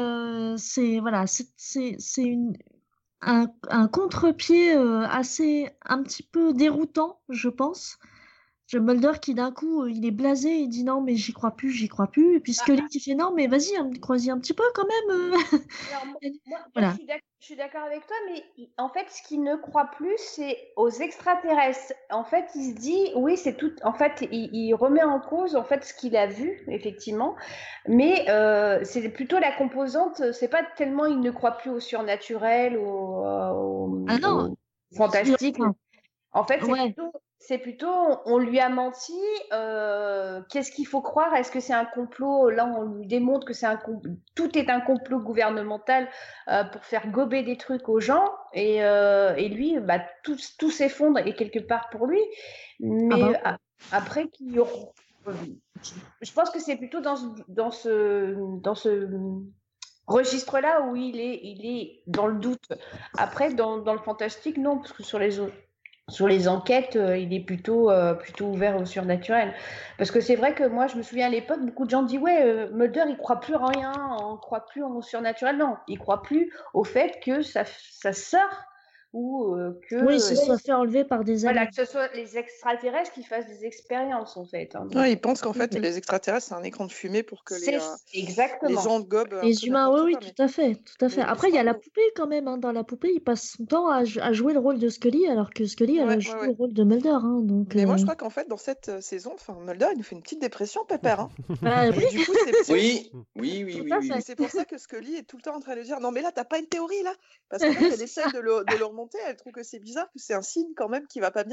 un contre-pied assez un petit peu déroutant, je pense. Mulder qui d'un coup il est blasé, il dit non mais j'y crois plus, et puis Scully qui fait non mais vas-y, crois-y un petit peu quand même. Alors, moi, je suis d'accord avec toi, mais en fait ce qu'il ne croit plus c'est aux extraterrestres. En fait il se dit oui c'est tout, en fait il remet en cause en fait ce qu'il a vu effectivement, mais c'est plutôt la composante, c'est pas tellement il ne croit plus au surnaturel, au fantastique. En fait c'est plutôt, on lui a menti, qu'est-ce qu'il faut croire? Est-ce que c'est un complot? Là, on lui démontre que tout est un complot gouvernemental pour faire gober des trucs aux gens. Et lui, bah, tout s'effondre et quelque part pour lui. Mais après, je pense que c'est plutôt dans ce registre-là où il est dans le doute. Après, dans le fantastique, non, parce que sur les enquêtes, il est plutôt ouvert au surnaturel. Parce que c'est vrai que moi, je me souviens à l'époque, beaucoup de gens disent ouais, Mulder, il croit plus en rien, on croit plus au surnaturel. Non, il croit plus au fait que sa sœur ou que... Oui, se soit fait enlever par des aliens. Voilà, que ce soit les extraterrestres qui fassent des expériences, en fait. Hein. Ouais, ils pensent qu'en fait, les extraterrestres, c'est un écran de fumée pour que les gens gobent... Les humains, oui, tout à fait. Après, il y a la poupée quand même. Hein. Dans la poupée, il passe son temps à jouer le rôle de Scully, alors que Scully, elle joue le rôle de Mulder. Hein, donc, mais moi, je crois qu'en fait, dans cette saison, Mulder, il nous fait une petite dépression, pépère. Hein. Et du coup, oui. C'est pour ça que Scully est tout le temps en train de lui dire non, mais là, t'as pas une théorie, là. Parce qu'en fait, elle essaie de le remonter, elle trouve que c'est bizarre, que c'est un signe quand même qui va pas bien.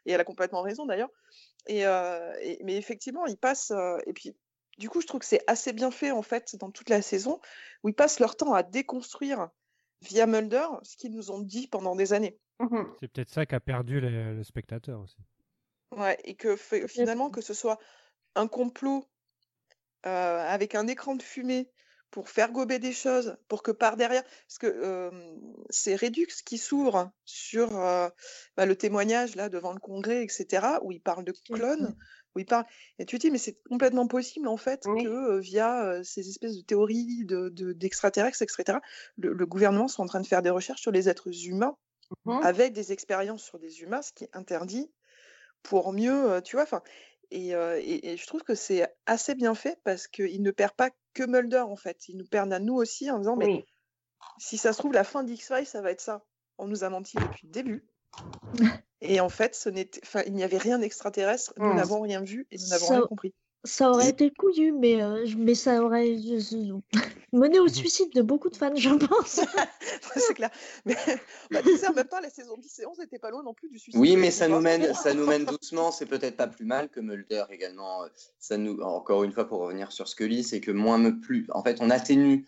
Et elle a complètement raison d'ailleurs. Mais effectivement, ils passent. Et puis, du coup, je trouve que c'est assez bien fait en fait dans toute la saison où ils passent leur temps à déconstruire via Mulder ce qu'ils nous ont dit pendant des années. C'est peut-être ça qu'a perdu le spectateur aussi. Ouais, et que finalement, que ce soit un complot avec un écran de fumée pour faire gober des choses, pour que par derrière, parce que c'est Redux qui s'ouvre sur le témoignage là devant le Congrès, etc., où il parle de clones, où il parle, et tu te dis mais c'est complètement possible en fait que via ces espèces de théories d'extraterrestres, etc., le gouvernement soit en train de faire des recherches sur les êtres humains avec des expériences sur des humains, ce qui est interdit pour mieux, tu vois, enfin. Et je trouve que c'est assez bien fait parce qu'il ne perd pas que Mulder en fait. Il nous perd à nous aussi en disant mais si ça se trouve la fin d'X-Files ça va être ça. On nous a menti depuis le début. Et en fait il n'y avait rien d'extraterrestre. Nous n'avons rien vu et nous n'avons rien compris. Ça aurait été couillu, mais ça aurait mené au suicide de beaucoup de fans, je pense. C'est clair. Mais tu sais, en même temps, la saison 10 et 11 n'était pas loin non plus du suicide. Oui, mais ça nous mène doucement. C'est peut-être pas plus mal que Mulder également. Encore une fois, pour revenir sur Scully, c'est que en fait, on atténue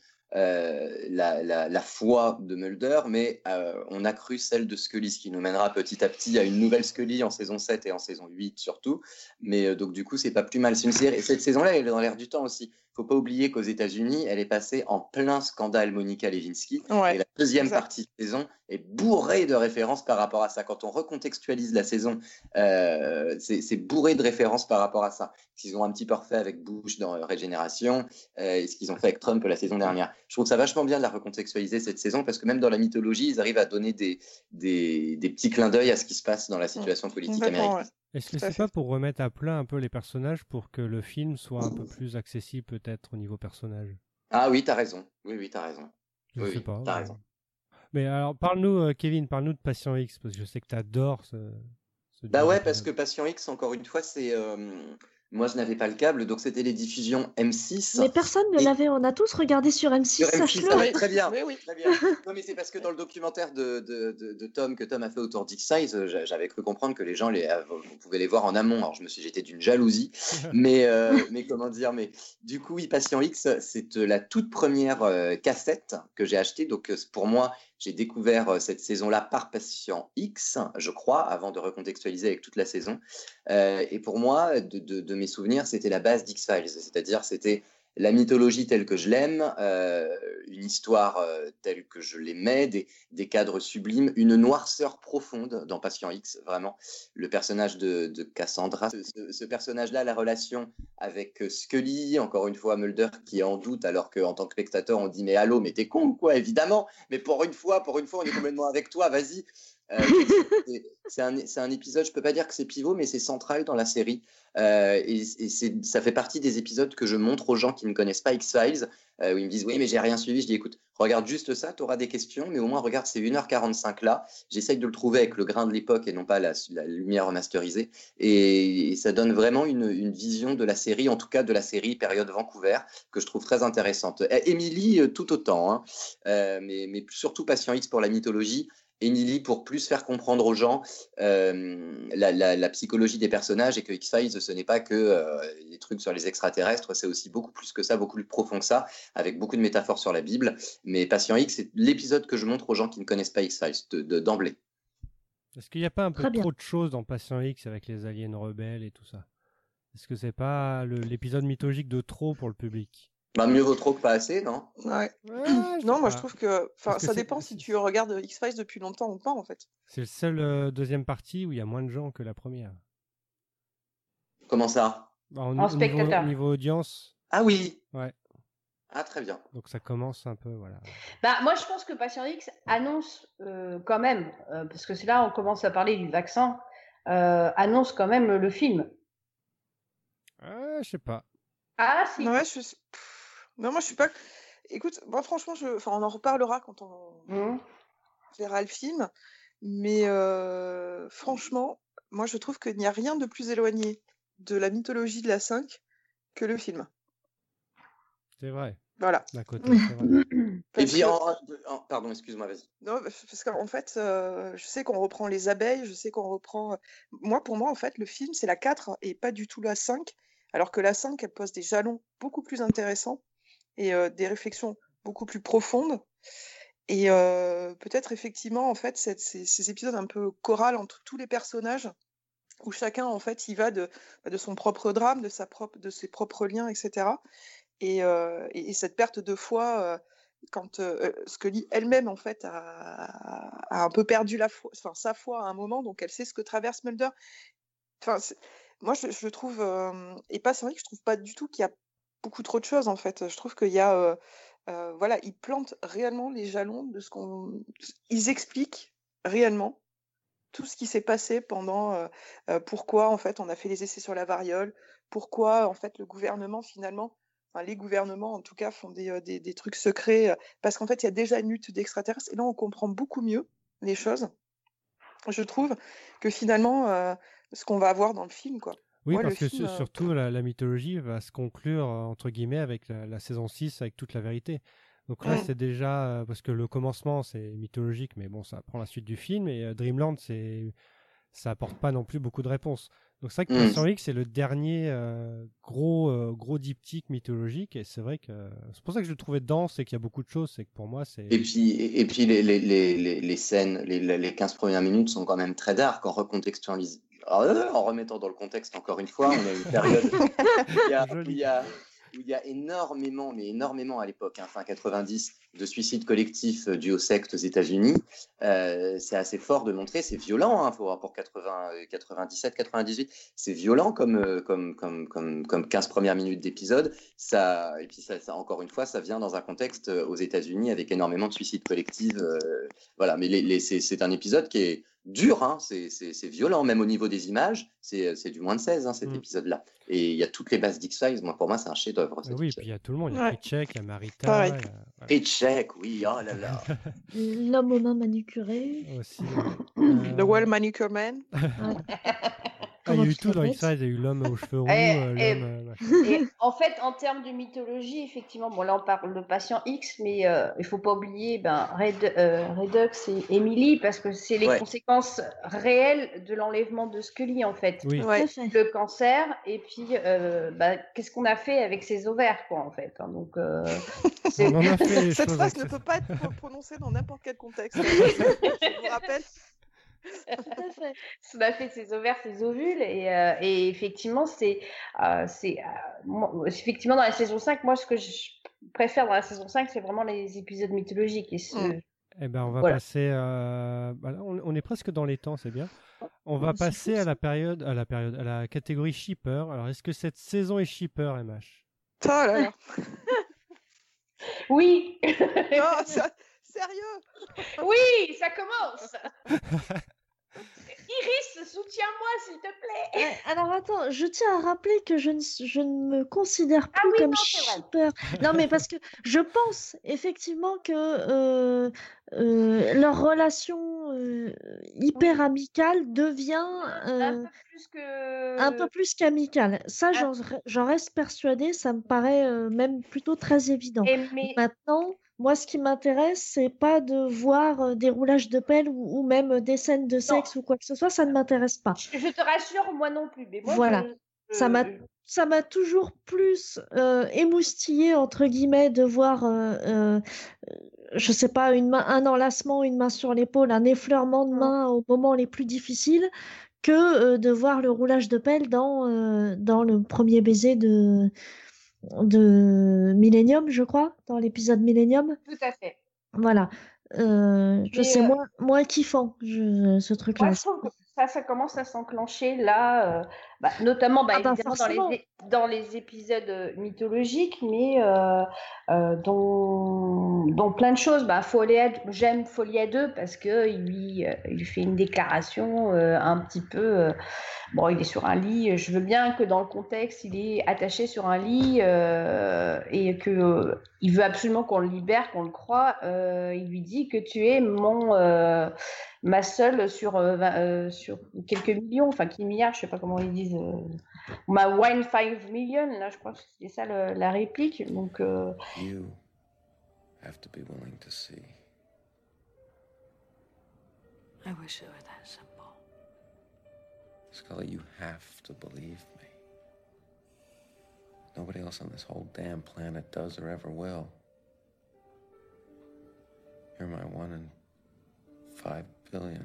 la foi de Mulder, mais on accrue celle de Scully, ce qui nous mènera petit à petit à une nouvelle Scully en saison 7 et en saison 8 surtout. Mais donc du coup, c'est pas plus mal. C'est une série. Et cette saison-là, elle est dans l'air du temps aussi. Faut pas oublier qu'aux États-Unis, elle est passée en plein scandale Monica Lewinsky. Et la deuxième partie de saison est bourrée de références par rapport à ça. Quand on recontextualise la saison, c'est bourré de références par rapport à ça. Ce qu'ils ont un petit peu refait avec Bush dans Régénération, et ce qu'ils ont fait avec Trump la saison dernière. Je trouve ça vachement bien de la recontextualiser cette saison parce que même dans la mythologie, ils arrivent à donner des petits clins d'œil à ce qui se passe dans la situation politique américaine. Est-ce que c'est pas pour remettre à plat un peu les personnages pour que le film soit un peu plus accessible peut-être au niveau personnage? Ah oui, t'as raison. Oui, t'as raison. Je sais pas. T'as raison. Mais alors, parle-nous, Kevin, parle-nous de Patient X, parce que je sais que t'adores ce Bah ouais, parce que Patient X, encore une fois, c'est... Moi, je n'avais pas le câble, donc c'était les diffusions M6. Mais personne ne l'avait, on a tous regardé sur M6, sache-le. Très bien, très bien. Non, mais c'est parce que dans le documentaire de Tom, que Tom a fait autour d'X-Files, j'avais cru comprendre que les gens, vous pouvez les voir en amont. Alors, j'étais d'une jalousie. mais comment dire, mais du coup, Patient X, c'est la toute première cassette que j'ai achetée. Donc, pour moi, j'ai découvert cette saison-là par Patient X, je crois, avant de recontextualiser avec toute la saison. Et pour moi, de mes souvenirs, c'était la base d'X-Files. C'est-à-dire, c'était la mythologie telle que je l'aime, une histoire telle que je l'aimais, des cadres sublimes, une noirceur profonde dans Patient X, vraiment. Le personnage de Cassandra, ce personnage-là, la relation avec Scully, encore une fois Mulder qui est en doute, alors qu'en tant que spectateur, on dit « Mais allô, mais t'es con ou quoi ?» Évidemment, mais pour une fois, on est complètement avec toi, vas-y. C'est un épisode, je peux pas dire que c'est pivot, mais c'est central dans la série. Ça fait partie des épisodes que je montre aux gens qui ne connaissent pas X-Files, où ils me disent « Oui, mais j'ai rien suivi. » Je dis « Écoute, regarde juste ça, tu auras des questions, mais au moins regarde, c'est 1h45 là. J'essaye de le trouver avec le grain de l'époque et non pas la lumière remasterisée. Et ça donne vraiment une vision de la série, en tout cas de la série période Vancouver, que je trouve très intéressante. Emily, tout autant, hein, mais surtout Patient X pour la mythologie. Emily pour plus faire comprendre aux gens la psychologie des personnages et que X-Files, ce n'est pas que les trucs sur les extraterrestres, c'est aussi beaucoup plus que ça, beaucoup plus profond que ça, avec beaucoup de métaphores sur la Bible. Mais Patient X, c'est l'épisode que je montre aux gens qui ne connaissent pas X-Files d'emblée. Est-ce qu'il n'y a pas un peu trop de choses dans Patient X avec les aliens rebelles et tout ça? Est-ce que c'est pas l'épisode mythologique de trop pour le public? Bah, mieux vaut trop que pas assez, non? Ouais. Non, moi je trouve que ça dépend si tu regardes X-Files depuis longtemps ou pas en fait. C'est le seul deuxième partie où il y a moins de gens que la première. Comment ça? En spectateur. Niveau audience. Ah oui. Ouais. Ah très bien. Donc ça commence un peu, voilà. Bah moi je pense que Patient X annonce quand même, parce que c'est là on commence à parler du vaccin, annonce quand même le film. Je sais pas. Ah si. Ouais, non, moi je suis pas. Écoute, moi franchement, on en reparlera quand on verra le film. Mais franchement, moi je trouve qu'il n'y a rien de plus éloigné de la mythologie de la 5 que le film. C'est vrai. Voilà. D'un côté, c'est vrai. Et puis, pardon, excuse-moi, vas-y. Non, parce qu'en fait, je sais qu'on reprend les abeilles, je sais qu'on reprend. Pour moi, en fait, le film, c'est la 4 et pas du tout la 5. Alors que la 5, elle pose des jalons beaucoup plus intéressants et des réflexions beaucoup plus profondes. Et peut-être, effectivement, en fait, ces épisodes un peu chorales entre tous les personnages, où chacun, en fait, il va de son propre drame, de ses propres liens, etc. Et cette perte de foi, quand Scully elle-même, en fait, a un peu perdu sa foi à un moment, donc elle sait ce que traverse Mulder. Enfin, moi, je trouve, c'est vrai que je trouve pas du tout qu'il y a beaucoup trop de choses, en fait. Je trouve qu'il y a, voilà, ils plantent réellement les jalons de ils expliquent réellement tout ce qui s'est passé pendant, pourquoi, en fait, on a fait les essais sur la variole, pourquoi, en fait, le gouvernement, finalement, enfin, les gouvernements, en tout cas, font des trucs secrets, parce qu'en fait, il y a déjà une lutte d'extraterrestres, et là, on comprend beaucoup mieux les choses. Je trouve que finalement, ce qu'on va avoir dans le film, quoi. Oui, Moi, parce le que film, surtout la mythologie va se conclure, entre guillemets, avec la saison 6, avec toute la vérité. Donc là, c'est déjà... parce que le commencement, c'est mythologique, mais bon, ça prend la suite du film. Et Dreamland, ça apporte pas non plus beaucoup de réponses. Donc c'est vrai que Patient X, c'est le dernier gros diptyque mythologique. Et c'est vrai que... C'est pour ça que je le trouvais dense et qu'il y a beaucoup de choses. C'est que pour moi, c'est... Et puis les scènes, les 15 premières minutes sont quand même très dark en recontextualisant. En remettant dans le contexte, encore une fois, on a une période où il y a énormément, mais énormément à l'époque, fin 90, de suicides collectifs dus aux sectes aux États-Unis. C'est assez fort de montrer, c'est violent, pour 97, 98, c'est violent comme 15 premières minutes d'épisode. Et puis ça, encore une fois, ça vient dans un contexte aux États-Unis avec énormément de suicides collectifs. Voilà, mais c'est un épisode qui est dur, c'est violent, même au niveau des images, c'est du moins de 16, cet épisode-là. Et il y a toutes les bases d'X-Files, pour moi, c'est un chef-d'œuvre. Oui, et puis il y a tout le monde, il y a Pritchek, il y a Marita. Pritchek, oui, oh là là. L'homme aux mains manucurées. Aussi. The Well Manicure Man. Il y a eu tout dans X-Files, il y a eu l'homme aux cheveux roux, et en fait, en termes de mythologie, effectivement, bon là on parle de Patient X, mais il faut pas oublier Redux et Emily, parce que c'est les conséquences réelles de l'enlèvement de Scully, en fait. Oui. Le cancer, et puis qu'est-ce qu'on a fait avec ses ovaires, quoi, en fait. Donc, on en a fait cette phrase ne peut pas être prononcée dans n'importe quel contexte. Je vous rappelle. Tout à fait. Ça a fait ses ovaires, ses ovules, et effectivement, effectivement dans la saison 5, moi ce que je préfère dans la saison 5, c'est vraiment les épisodes mythologiques. Eh ben, on va passer. Là, on est presque dans les temps, c'est bien. On va passer à la catégorie shipper. Alors, est-ce que cette saison est shipper, MH? Oh là là. Oui. Oh, sérieux? Oui, ça commence. Iris, soutiens-moi, s'il te plaît. Alors attends, je tiens à rappeler que je ne me considère plus comme shipper. Non, mais parce que je pense effectivement que leur relation hyper amicale devient un peu plus qu'amicale. Ça, j'en reste persuadée, ça me paraît même plutôt très évident. Maintenant, moi, ce qui m'intéresse, c'est pas de voir des roulages de pelle ou même des scènes de sexe ou quoi que ce soit, ça ne m'intéresse pas. Je te rassure, moi non plus. Mais moi, voilà. Ça m'a toujours plus émoustillé, entre guillemets, de voir, je sais pas, un enlacement, une main sur l'épaule, un effleurement de main au moment les plus difficiles, que de voir le roulage de pelle dans le premier baiser de Millennium, je crois, dans l'épisode Millennium. Tout à fait. Voilà. C'est moins kiffant, ce truc-là. Moi, je trouve que ça commence à s'enclencher là, notamment évidemment dans les épisodes mythologiques, mais dans plein de choses. J'aime Folia 2 parce qu'il lui fait une déclaration un petit peu... il est sur un lit. Je veux bien que dans le contexte, il est attaché sur un lit et que il veut absolument qu'on le libère, qu'on le croie. Il lui dit que tu es muscle sur quelques millions, enfin qui milliards, je sais pas comment ils disent. Ma 1.5 million, là, je crois que c'était ça la réplique. Donc. You have to be willing to see. I wish it were that simple. Scully, you have to believe me. Nobody else on this whole damn planet does or ever will. You're my 1 in 5 billion.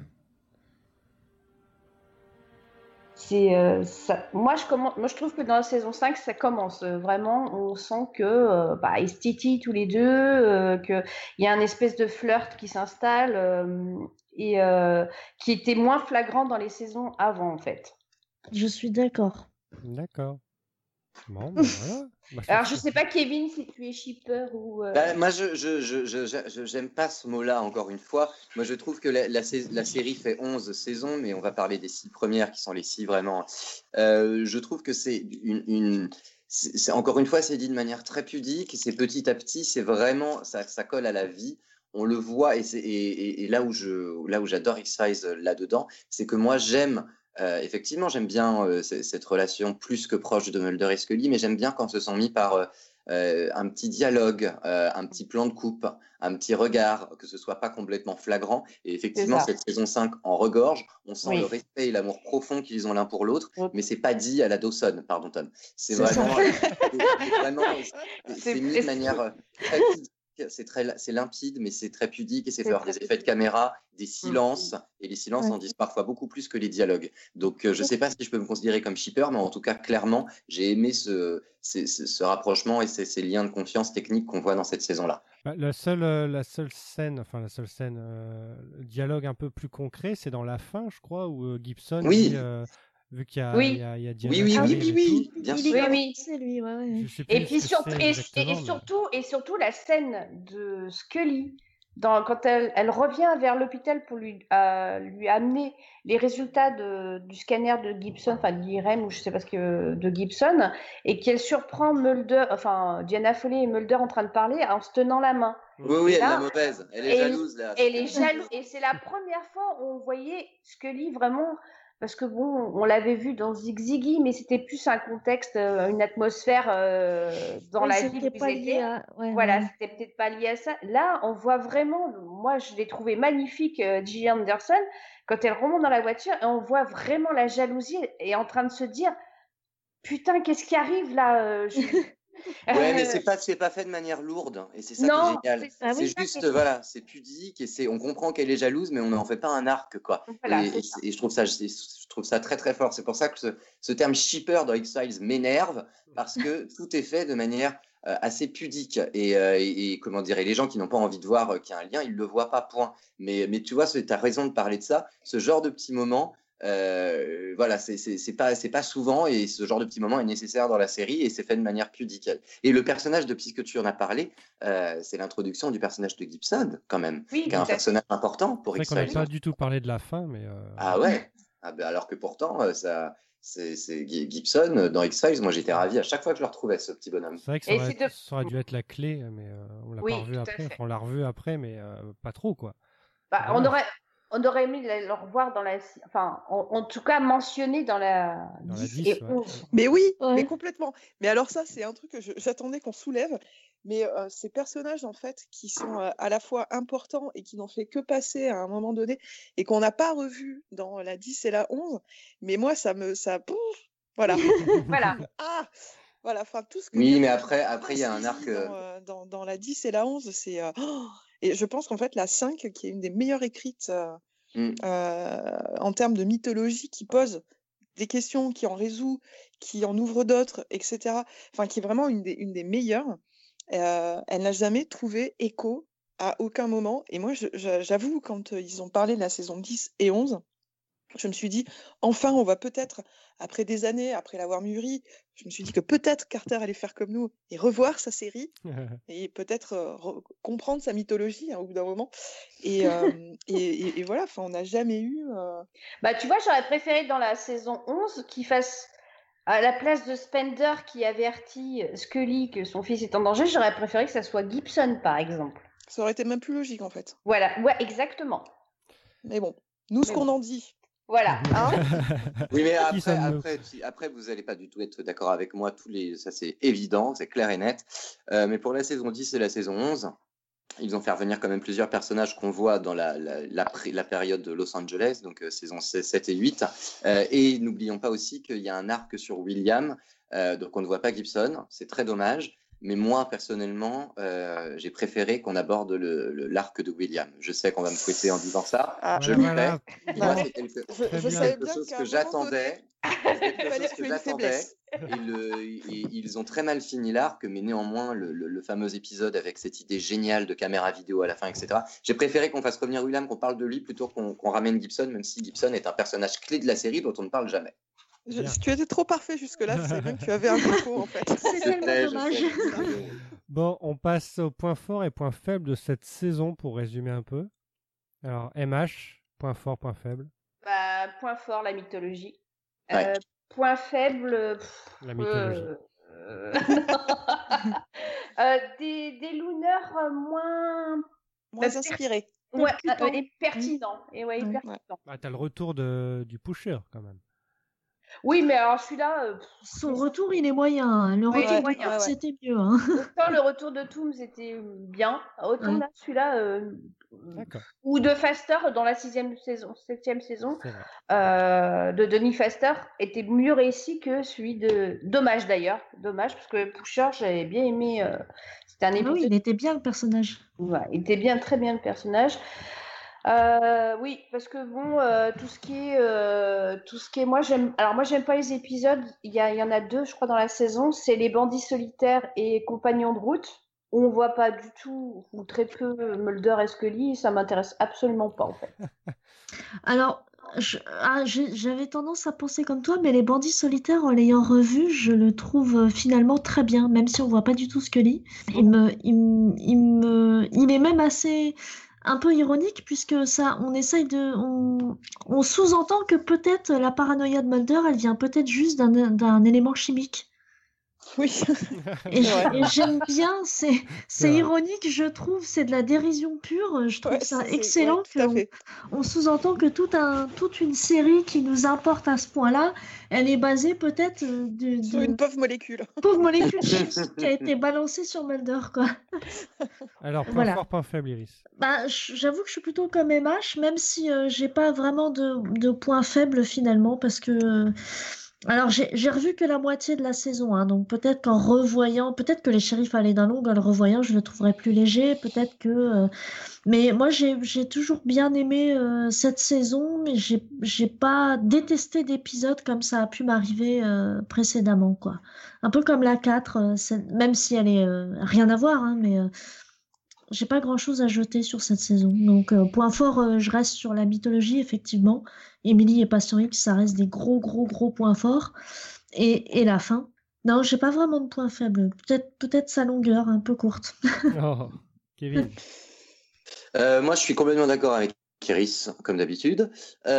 Moi, je trouve que dans la saison 5, ça commence. Vraiment, on sent que ils se titillent tous les deux, qu'il y a un espèce de flirt qui s'installe et qui était moins flagrant dans les saisons avant, en fait. Je suis d'accord. D'accord. Bon, ben voilà. Alors, je sais pas, Kevin, si tu es shipper ou... Moi, j'aime pas ce mot-là, encore une fois. Moi, je trouve que la série fait 11 saisons, mais on va parler des 6 premières, qui sont les 6 vraiment. Je trouve que c'est encore une fois, c'est dit de manière très pudique, c'est petit à petit, c'est vraiment, ça colle à la vie. On le voit, et là où j'adore X-Files là-dedans, c'est que moi, effectivement, j'aime bien cette relation plus que proche de Mulder et Scully, mais j'aime bien quand se sont mis par un petit dialogue, un petit plan de coupe, un petit regard, que ce soit pas complètement flagrant. Et effectivement, cette saison 5 en regorge, on sent le respect et l'amour profond qu'ils ont l'un pour l'autre, mais c'est pas dit à la Dawson, pardon Tom. C'est mis de manière très pudique. C'est limpide, mais c'est très pudique et c'est fait avoir des effets de caméra, des silences, et les silences en disent parfois beaucoup plus que les dialogues. Donc, je ne sais pas si je peux me considérer comme shipper, mais en tout cas, clairement, j'ai aimé ce rapprochement et ces liens de confiance technique qu'on voit dans cette saison-là. La seule scène, dialogue un peu plus concret, c'est dans la fin, je crois, où Gibson dit... Vu qu'il y a Diana oui, bien sûr. Oui. C'est lui, ouais. Et puis surtout la scène de Scully quand elle revient vers l'hôpital pour lui amener les résultats du scanner de Gibson, enfin de l'IRM ou je sais pas de Gibson, et qu'elle surprend Diana Foley et Mulder en train de parler en se tenant la main. Oui, elle est mauvaise, elle est jalouse là. Elle est jalouse, et c'est la première fois où on voyait Scully vraiment. Parce que on l'avait vu dans Zig Ziggy, mais c'était plus un contexte, une atmosphère dans la vie où ils étaient. C'était peut-être pas lié à ça. Là, on voit vraiment, moi je l'ai trouvé magnifique, Gillian Anderson, quand elle remonte dans la voiture, et on voit vraiment la jalousie, et en train de se dire, putain, qu'est-ce qui arrive là Ouais, mais c'est pas fait de manière lourde, et c'est ça qui est génial. C'est juste, c'est pudique, et on comprend qu'elle est jalouse, mais on n'en fait pas un arc, quoi. Voilà, et je trouve ça très très fort. C'est pour ça que ce terme shipper dans X-Files m'énerve, parce que tout est fait de manière assez pudique, et comment dire, et les gens qui n'ont pas envie de voir qu'il y a un lien, ils le voient pas, point. Mais tu vois, tu as raison de parler de ça, ce genre de petit moment. C'est pas souvent, et ce genre de petit moment est nécessaire dans la série, et c'est fait de manière pudique. Et le personnage puisque tu en as parlé, c'est l'introduction du personnage de Gibson quand même, qui est un personnage important pour X-Files. C'est vrai qu'on n'a pas du tout parlé de la fin, mais alors que pourtant c'est Gibson dans X-Files. Moi j'étais ravi à chaque fois que je le retrouvais, ce petit bonhomme. C'est vrai que ça aurait dû être la clé, mais on l'a pas revu après. Enfin, on l'a revu après, mais pas trop, quoi. On aurait aimé le revoir en tout cas mentionné dans la 10 et 11. Mais oui, mais complètement. Mais alors ça, c'est un truc que j'attendais qu'on soulève. Mais ces personnages, en fait, qui sont à la fois importants et qui n'ont fait que passer à un moment donné et qu'on n'a pas revu dans la 10 et la 11, mais moi, voilà. Voilà. Voilà, tout ce que... Oui, mais après, il y a un arc... Dans la 10 et la 11, c'est... Et je pense qu'en fait, la 5, qui est une des meilleures écrites en termes de mythologie, qui pose des questions, qui en résout, qui en ouvre d'autres, etc., qui est vraiment une des meilleures, elle n'a jamais trouvé écho à aucun moment. Et moi, j'avoue, quand ils ont parlé de la saison 10 et 11, je me suis dit, enfin, on va peut-être, après des années, après l'avoir mûri, je me suis dit que peut-être Carter allait faire comme nous et revoir sa série et peut-être comprendre sa mythologie au bout d'un moment. Et voilà, on n'a jamais eu... tu vois, j'aurais préféré dans la saison 11 qu'il fasse, à la place de Spender qui avertit Scully que son fils est en danger, j'aurais préféré que ça soit Gibson, par exemple. Ça aurait été même plus logique, en fait. Voilà, ouais, exactement. Mais bon. Nous, ce qu'on en dit. Voilà. Hein Oui, mais Qui sommes-nous après, vous n'allez pas du tout être d'accord avec moi. Ça, c'est évident, c'est clair et net. Mais pour la saison 10 et la saison 11, ils ont fait revenir quand même plusieurs personnages qu'on voit dans la période de Los Angeles, donc saison 7 et 8. Et n'oublions pas aussi qu'il y a un arc sur William, donc on ne voit pas Gibson. C'est très dommage. Mais moi, personnellement, j'ai préféré qu'on aborde l'arc de William. Je sais qu'on va me fouetter en disant ça. Je le fais. Moi, c'est quelque chose que j'attendais. Ils ont très mal fini l'arc, mais néanmoins, le fameux épisode avec cette idée géniale de caméra vidéo à la fin, etc. J'ai préféré qu'on fasse revenir William, qu'on parle de lui, plutôt qu'on ramène Gibson, même si Gibson est un personnage clé de la série dont on ne parle jamais. Tu étais trop parfait jusque-là, je savais bien que tu avais un défaut en fait. C'est tellement dommage. Bon, on passe aux points forts et points faibles de cette saison pour résumer un peu. Alors, MH, point fort, point faible. Bah, point fort, la mythologie. Ouais. Point faible, La mythologie. des looners moins inspirés. Ouais, et pertinents. Et ouais, pertinents. Ah, t'as le retour du pusher quand même. Oui, mais alors celui-là. Son retour, il est moyen. Hein. Le retour de Tooms, c'était mieux. Hein. Autant le retour de Tooms était bien, autant là, celui-là. Ou de Faster dans la 7e saison de Denis Faster était mieux réussi que celui de. Dommage d'ailleurs. Dommage, parce que Pusher, j'avais bien aimé. C'était un épisode. Oui, il était bien le personnage. Ouais, il était très bien le personnage. Oui, parce que bon, tout ce qui est, moi j'aime pas les épisodes. Il y en a 2, je crois, dans la saison. C'est les bandits solitaires et compagnons de route. On voit pas du tout ou très peu Mulder et Scully. Ça m'intéresse absolument pas en fait. Alors, j'avais tendance à penser comme toi, mais les bandits solitaires, en l'ayant revu, je le trouve finalement très bien, même si on voit pas du tout Scully. Il est même assez un peu ironique puisque ça, on sous-entend que peut-être la paranoïa de Mulder, elle vient peut-être juste d'un élément chimique. Oui. Et j'aime bien, c'est ironique, je trouve, c'est de la dérision pure. Je trouve ça excellent qu'on sous-entend que toute une série qui nous importe à ce point-là, elle est basée peut-être sur une pauvre molécule. Pauvre molécule qui a été balancée sur Mulder, quoi. Alors, point fort, point faible, Iris. Bah, j'avoue que je suis plutôt comme MH, même si j'ai pas vraiment de points faibles finalement, parce que. Alors, j'ai revu que la moitié de la saison, hein, donc peut-être qu'en revoyant, peut-être que les shérifs allaient d'un long, en le revoyant, je le trouverais plus léger, peut-être que... Mais moi, j'ai toujours bien aimé cette saison, mais j'ai pas détesté d'épisodes comme ça a pu m'arriver précédemment, quoi. Un peu comme la 4, même si elle est rien à voir, hein, mais... J'ai pas grand-chose à jeter sur cette saison. Donc, point fort, je reste sur la mythologie, effectivement. Emily et Passion X, ça reste des gros points forts. Et la fin. Non, j'ai pas vraiment de point faible. Peut-être sa longueur, un peu courte. Oh, Kevin. Moi, je suis complètement d'accord avec Iris, comme d'habitude.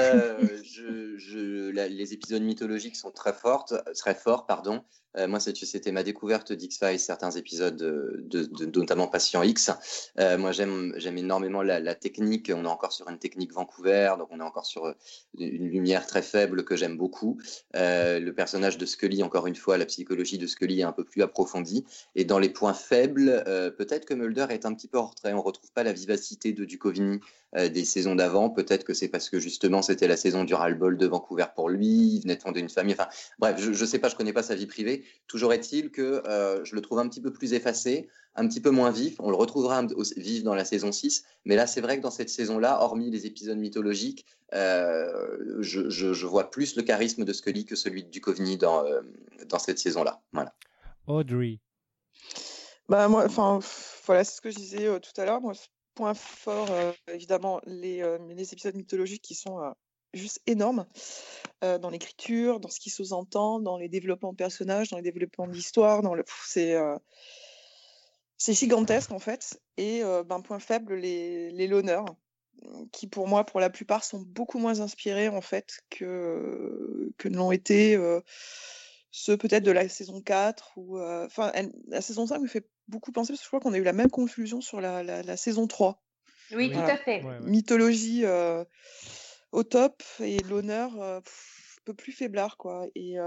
Les épisodes mythologiques sont très forts, pardon. Moi, c'était ma découverte d'X-Files, certains épisodes, notamment Patient X. Moi, j'aime énormément la technique. On est encore sur une technique Vancouver, donc on est encore sur une lumière très faible que j'aime beaucoup. Le personnage de Scully, encore une fois, la psychologie de Scully est un peu plus approfondie. Et dans les points faibles, peut-être que Mulder est un petit peu en retrait. On ne retrouve pas la vivacité de Duchovny des saisons d'avant. Peut-être que c'est parce que justement, c'était la saison du ras-le-bol de Vancouver pour lui. Il venait de fonder une famille. Enfin, bref, je ne sais pas, je ne connais pas sa vie privée. Toujours est-il que je le trouve un petit peu plus effacé, un petit peu moins vif. On le retrouvera vif dans la saison 6. Mais là, c'est vrai que dans cette saison-là, hormis les épisodes mythologiques, je vois plus le charisme de Scully que celui de Duchovny dans cette saison-là. Voilà. Audrey. Bah, moi, voilà, c'est ce que je disais tout à l'heure. Moi, point fort, évidemment, les épisodes mythologiques qui sont juste énorme dans l'écriture, dans ce qui sous-entend, dans les développements de personnages, dans les développements d'histoire, c'est gigantesque en fait. Et point faible, les loners, qui pour moi, pour la plupart, sont beaucoup moins inspirés en fait que ne l'ont été ceux peut-être de la saison 4 ou la saison 5 me fait beaucoup penser parce que je crois qu'on a eu la même confusion sur la saison 3. Oui, tout à fait. Mythologie au top et l'honneur un peu plus faiblard, quoi.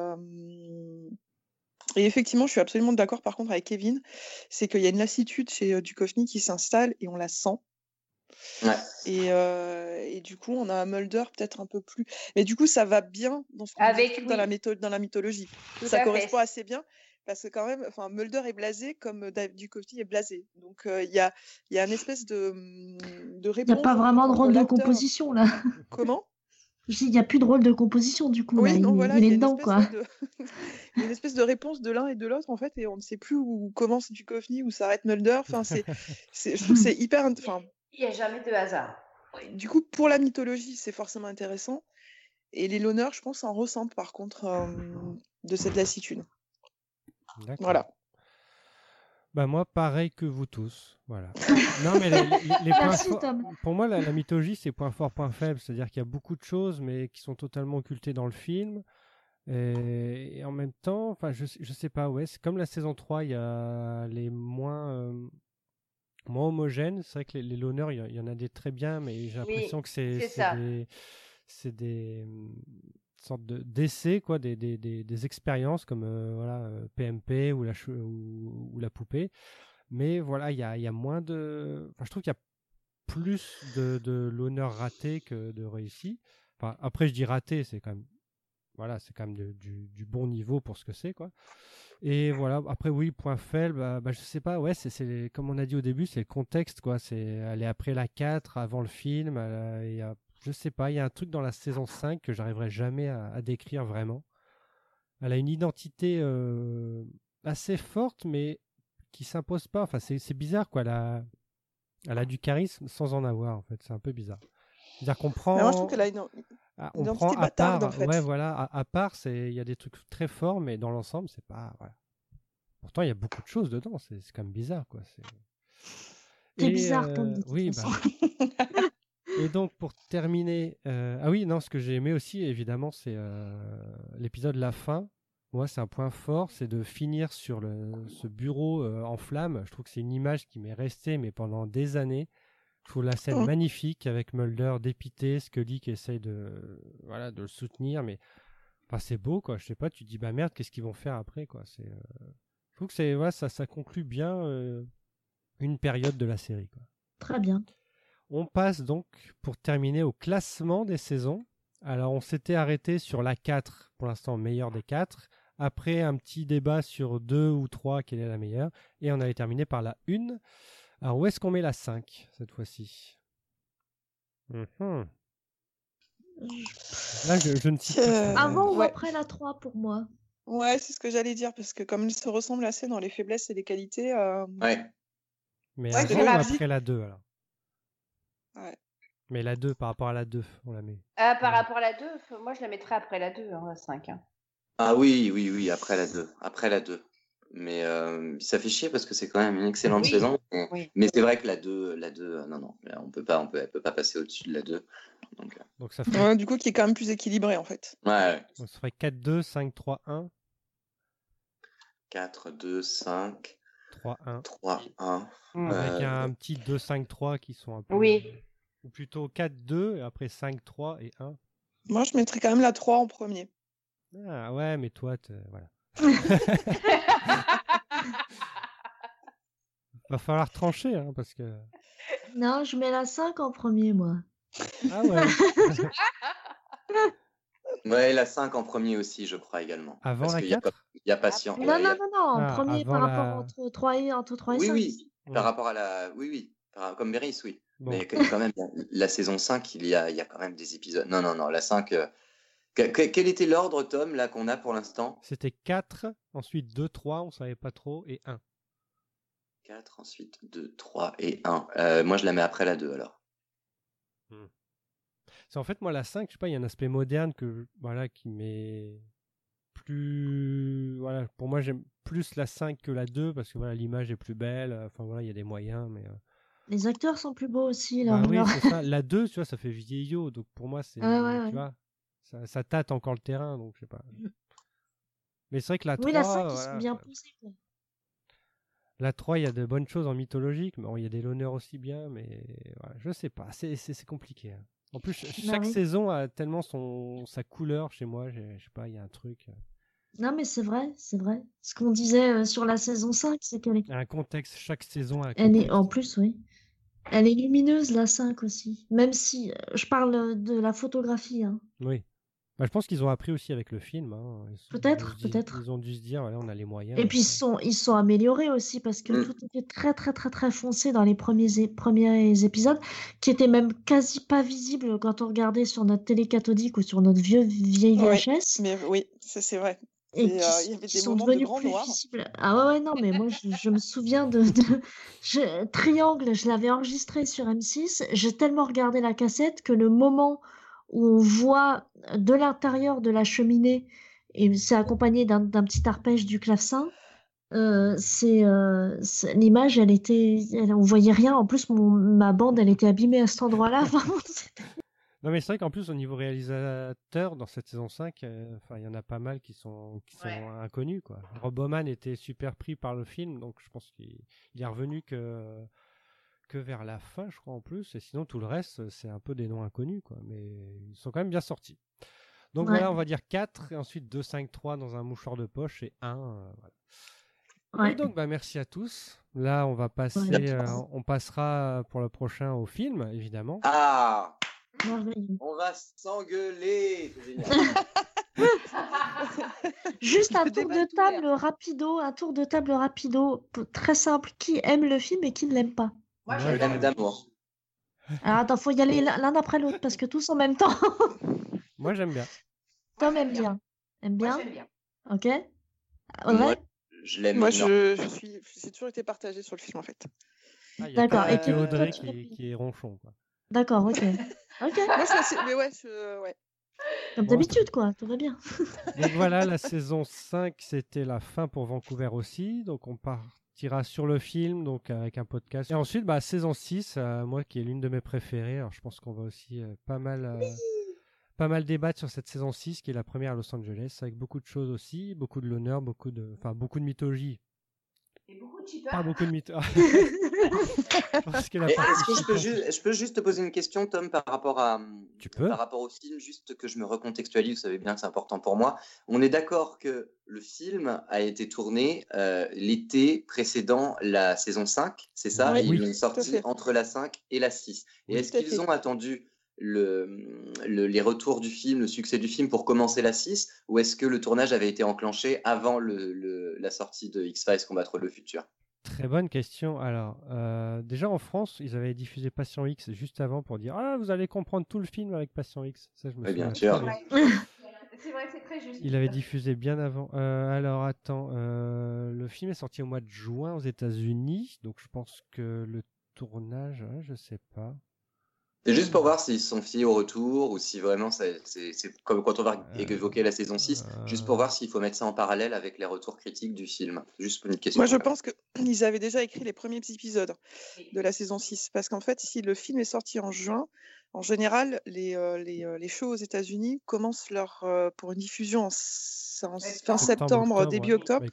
Et effectivement, je suis absolument d'accord par contre avec Kevin, c'est qu'il y a une lassitude chez Duchovny qui s'installe et on la sent. Ouais. Et du coup, on a un Mulder peut-être un peu plus. Mais du coup, ça va bien dans ce qu'on Avec dit dans la mythologie. Tout Ça à correspond fait. assez bien parce que quand même, enfin, Mulder est blasé comme Duchovny est blasé. Donc il y a une espèce de Il n'y a réponse pas vraiment de entre rôle de l'acteur. composition là. Comment? Je dis, il n'y a plus de rôle de composition du coup là. Oui, non, voilà, Il il y est a une dedans espèce quoi. ouais, il y a une espèce de réponse de l'un et de l'autre en fait, et on ne sait plus où commence Duchovny, où s'arrête Mulder. Enfin, je trouve que c'est hyper. Enfin, Il n'y a jamais de hasard. du coup, pour la mythologie, c'est forcément intéressant. Et les loneurs, je pense, en ressentent par contre de cette lassitude. D'accord. Voilà. Bah moi, pareil que vous tous. Voilà. Non, mais les points Merci, forts. Tom. Pour moi, la mythologie, c'est point fort, point faible. C'est-à-dire qu'il y a beaucoup de choses, mais qui sont totalement occultées dans le film. Et en même temps, enfin, je sais pas, ouais, c'est comme la saison 3, il y a les moins homogènes. C'est vrai que les loneurs, il y en a des très bien, mais j'ai l'impression que c'est ça. c'est des sortes d'essais, quoi, des expériences comme voilà, PMP ou ou la poupée. Mais voilà, il y a moins de. Enfin, je trouve qu'il y a plus de l'honneur raté que de réussi. Enfin, après, je dis raté, c'est quand même. Voilà, c'est quand même du bon niveau pour ce que c'est, quoi. Et voilà, après, oui, point faible, je sais pas, ouais, c'est comme on a dit au début, c'est le contexte, quoi. Elle est après la 4, avant le film. Je sais pas, il y a un truc dans la saison 5 que j'arriverai jamais à décrire vraiment. Elle a une identité assez forte, mais qui s'impose pas. Enfin, c'est bizarre, quoi. Elle a du charisme sans en avoir, en fait. C'est un peu bizarre. C'est-à-dire qu'on prend. Mais moi, je trouve qu'elle a une On identité prend à bâtarde, part, en fait. ouais, voilà, à part, il y a des trucs très forts, mais dans l'ensemble, c'est pas, voilà. Pourtant, il y a beaucoup de choses dedans, c'est quand même bizarre, quoi. C'est bizarre, Tom, de toute oui, façon. Et donc, pour terminer, ah oui, non, ce que j'ai aimé aussi, évidemment, c'est l'épisode La Fin. Moi, c'est un point fort, c'est de finir sur ce bureau en flammes. Je trouve que c'est une image qui m'est restée, mais pendant des années. Je trouve la scène magnifique avec Mulder dépité, Scully qui essaye de le soutenir, mais enfin, c'est beau, quoi. Je sais pas, tu te dis bah merde, qu'est-ce qu'ils vont faire après, quoi. Je trouve que ça conclut bien une période de la série, quoi. Très bien. On passe donc pour terminer au classement des saisons. Alors on s'était arrêté sur la 4, pour l'instant meilleure des 4. Après un petit débat sur 2 ou 3, quelle est la meilleure, et on avait terminé par la 1. Alors, où est-ce qu'on met la 5 cette fois-ci? Là, je ne sais plus. Avant ou après la 3 pour moi? Ouais, c'est ce que j'allais dire, parce que comme ils se ressemblent assez dans les faiblesses et les qualités. Ouais. Mais Ouais, avant ou après la 2 alors? Ouais. Mais la 2, par rapport à la 2, on la met. Par rapport à la 2, moi je la mettrais après la 2, la 5. Hein. Ah oui, après la 2. Après la 2. Mais ça fait chier parce que c'est quand même une excellente saison. Mais c'est vrai que la 2, non, elle peut pas passer au-dessus de la 2. Donc ça fait... du coup, qui est quand même plus équilibré en fait. Ouais. Donc ça ferait 4-2, 5-3-1. 4-2-5. 3-1. 3-1. Avec un petit 2-5-3 qui sont un peu... Oui. Ou plutôt 4-2, et après 5-3 et 1. Moi, je mettrais quand même la 3 en premier. Ah ouais, mais toi, voilà. Va falloir trancher, hein, parce que... Non, je mets la 5 en premier, moi. Ah ouais. Ouais, la 5 en premier aussi, je crois également. Avant parce la 4 Il y a patient. Non, en premier par rapport entre 3 et 5. Oui, par rapport à la... Oui, comme Beris, oui. Bon. Mais quand même, la saison 5, il y a quand même des épisodes. Non, la 5... Quel était l'ordre, Tom, là, qu'on a pour l'instant? C'était 4, ensuite 2, 3, on savait pas trop, et 1. 4, ensuite 2, 3 et 1. Moi, je la mets après la 2, alors. C'est en fait, moi, la 5, je sais pas, il y a un aspect moderne qui m'est plus... Voilà, pour moi, j'aime plus la 5 que la 2, parce que voilà, l'image est plus belle, enfin voilà, il y a des moyens, mais... Les acteurs sont plus beaux aussi, là. Oui, c'est ça. La 2, tu vois, ça fait vieillot, donc pour moi, c'est... Ouais. Tu vois, ça tâte encore le terrain, donc je sais pas. Mais c'est vrai que la 3... Oui, la 5, ils sont bien poussés, quoi. La 3, il y a de bonnes choses en mythologique, mais il y a des l'honneur aussi bien, mais voilà, je sais pas, c'est compliqué. Hein. En plus, chaque saison a tellement sa couleur chez moi. Je sais pas, il y a un truc. Non, mais c'est vrai, c'est vrai. Ce qu'on disait sur la saison 5, c'est qu'elle est... Un contexte, chaque saison a un Elle contexte. est, en plus, oui. Elle est lumineuse, la 5 aussi. Même si je parle de la photographie. Hein. Oui. Bah, je pense qu'ils ont appris aussi avec le film. Hein. Peut-être. Ils ont dû se dire, voilà, on a les moyens. Et puis ils sont améliorés aussi parce que tout était très très très très foncé dans les premiers épisodes, qui étaient même quasi pas visibles quand on regardait sur notre télé cathodique ou sur notre vieille VHS. Mais oui, ça c'est vrai. Et il y avait des sont moments de devenus grand plus noir. visibles. Ah ouais, non, mais moi je me souviens Triangle, je l'avais enregistré sur M6. J'ai tellement regardé la cassette que le moment où on voit de l'intérieur de la cheminée, et c'est accompagné d'un petit arpège du clavecin, l'image, on voyait rien. En plus, ma bande, elle était abîmée à cet endroit-là. Non, mais c'est vrai qu'en plus, au niveau réalisateur, dans cette saison 5, il y en a pas mal qui sont inconnus, quoi. Rob Bowman était super pris par le film, donc je pense qu'il est revenu que vers la fin, je crois, en plus. Et sinon, tout le reste, c'est un peu des noms inconnus, quoi. Mais ils sont quand même bien sortis. Donc voilà, on va dire 4, et ensuite 2, 5, 3 dans un mouchoir de poche, et 1. Voilà. Et donc, merci à tous. Là, on va passer, on passera pour le prochain au film, évidemment. Ah, on va s'engueuler. C'est génial. Juste un tour de table rapido, très simple. Qui aime le film et qui ne l'aime pas? Moi, je l'aime d'amour. Alors attends, faut y aller l'un après l'autre parce que tous en même temps. Moi, j'aime bien. Tom aime bien. Aime bien? Moi, j'aime bien. Ok. Audrey? Moi, je l'aime. Moi, j'ai toujours été partagée sur le film en fait. D'accord. Et que Audrey qui est ronchon, quoi. D'accord, ok. Ok. Mais ouais, ouais. Comme d'habitude, quoi. Tout va bien. Donc voilà, la saison 5, c'était la fin pour Vancouver aussi. Donc on partira sur le film, donc avec un podcast. Et ensuite, saison 6, moi qui est l'une de mes préférées. Alors je pense qu'on va aussi pas mal débattre sur cette saison 6, qui est la première à Los Angeles, avec beaucoup de choses aussi, beaucoup de l'honneur, beaucoup de mythologie. Et beaucoup de cheaters. Pas beaucoup de mythologie. Est-ce que je peux juste te poser une question, Tom, par rapport au film, juste que je me recontextualise, vous savez bien que c'est important pour moi. On est d'accord que le film a été tourné l'été précédent la saison 5, c'est ça? Oui. Ils l'ont sorti entre la 5 et la 6. Et est-ce qu'ils ont attendu les retours du film, le succès du film pour commencer la 6, ou est-ce que le tournage avait été enclenché avant la sortie de X-Files Combattre le futur? Très bonne question. Alors, déjà en France, ils avaient diffusé Patient X juste avant pour dire « Ah, vous allez comprendre tout le film avec Patient X ». Ça, je me souviens. Bien sûr. C'est vrai que c'est très juste. Il avait diffusé bien avant. Alors, attends. Le film est sorti au mois de juin aux États-Unis. Donc, je pense que le tournage, je sais pas. C'est juste pour voir s'ils se sont fiés au retour ou si vraiment c'est comme quand on va évoquer la saison 6, juste pour voir s'il faut mettre ça en parallèle avec les retours critiques du film. Juste une question. Moi, je pense qu'ils avaient déjà écrit les premiers épisodes de la saison 6. Parce qu'en fait, si le film est sorti en juin, en général, les shows aux États-Unis commencent pour une diffusion fin septembre, début octobre.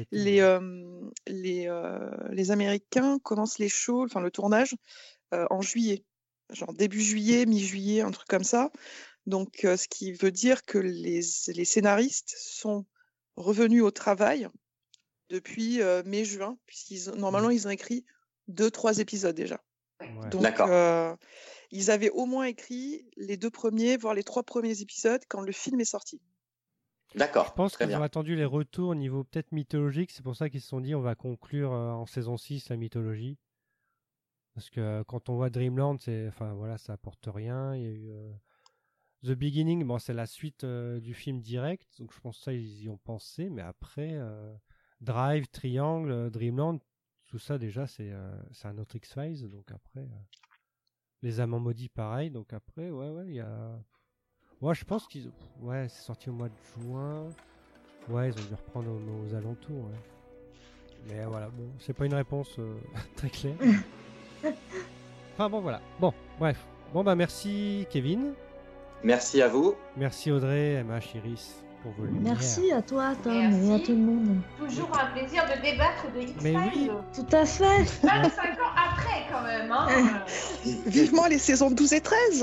Les Américains commencent les shows, enfin le tournage, en juillet. Genre début juillet, mi-juillet, un truc comme ça. Donc, ce qui veut dire que les scénaristes sont revenus au travail depuis mai-juin, normalement, ils ont écrit 2-3 épisodes déjà. Ouais. Donc, ils avaient au moins écrit les 2 premiers, voire les 3 premiers épisodes quand le film est sorti. D'accord. Je pense qu'ils ont attendu les retours au niveau peut-être mythologique. C'est pour ça qu'ils se sont dit on va conclure en saison 6 la mythologie. Parce que quand on voit Dreamland, ça apporte rien. Il y a eu The Beginning, c'est la suite du film direct, donc je pense que ça ils y ont pensé. Mais après, Drive, Triangle, Dreamland, tout ça déjà c'est un autre X-Files. Donc après, Les Amants Maudits, pareil. Donc après, il y a. Ouais, je pense qu'ils. Ouais, c'est sorti au mois de juin. Ouais, ils ont dû reprendre aux alentours. Ouais. Mais voilà, bon, c'est pas une réponse très claire. Enfin bon, voilà. Bon, bref. Bon, merci Kevin. Merci à vous. Merci Audrey, MH, Iris pour vos lumières. Merci à toi, Tom, et à tout le monde. Toujours un plaisir de débattre de X-Files. Mais oui. Tout à fait. 25 ans après, quand même. Hein. Vivement les saisons 12 et 13.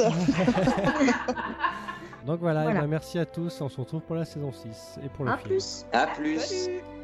Donc voilà, Voilà. eh ben, merci à tous. On se retrouve pour la saison 6 et pour le À film. plus. À plus. Salut.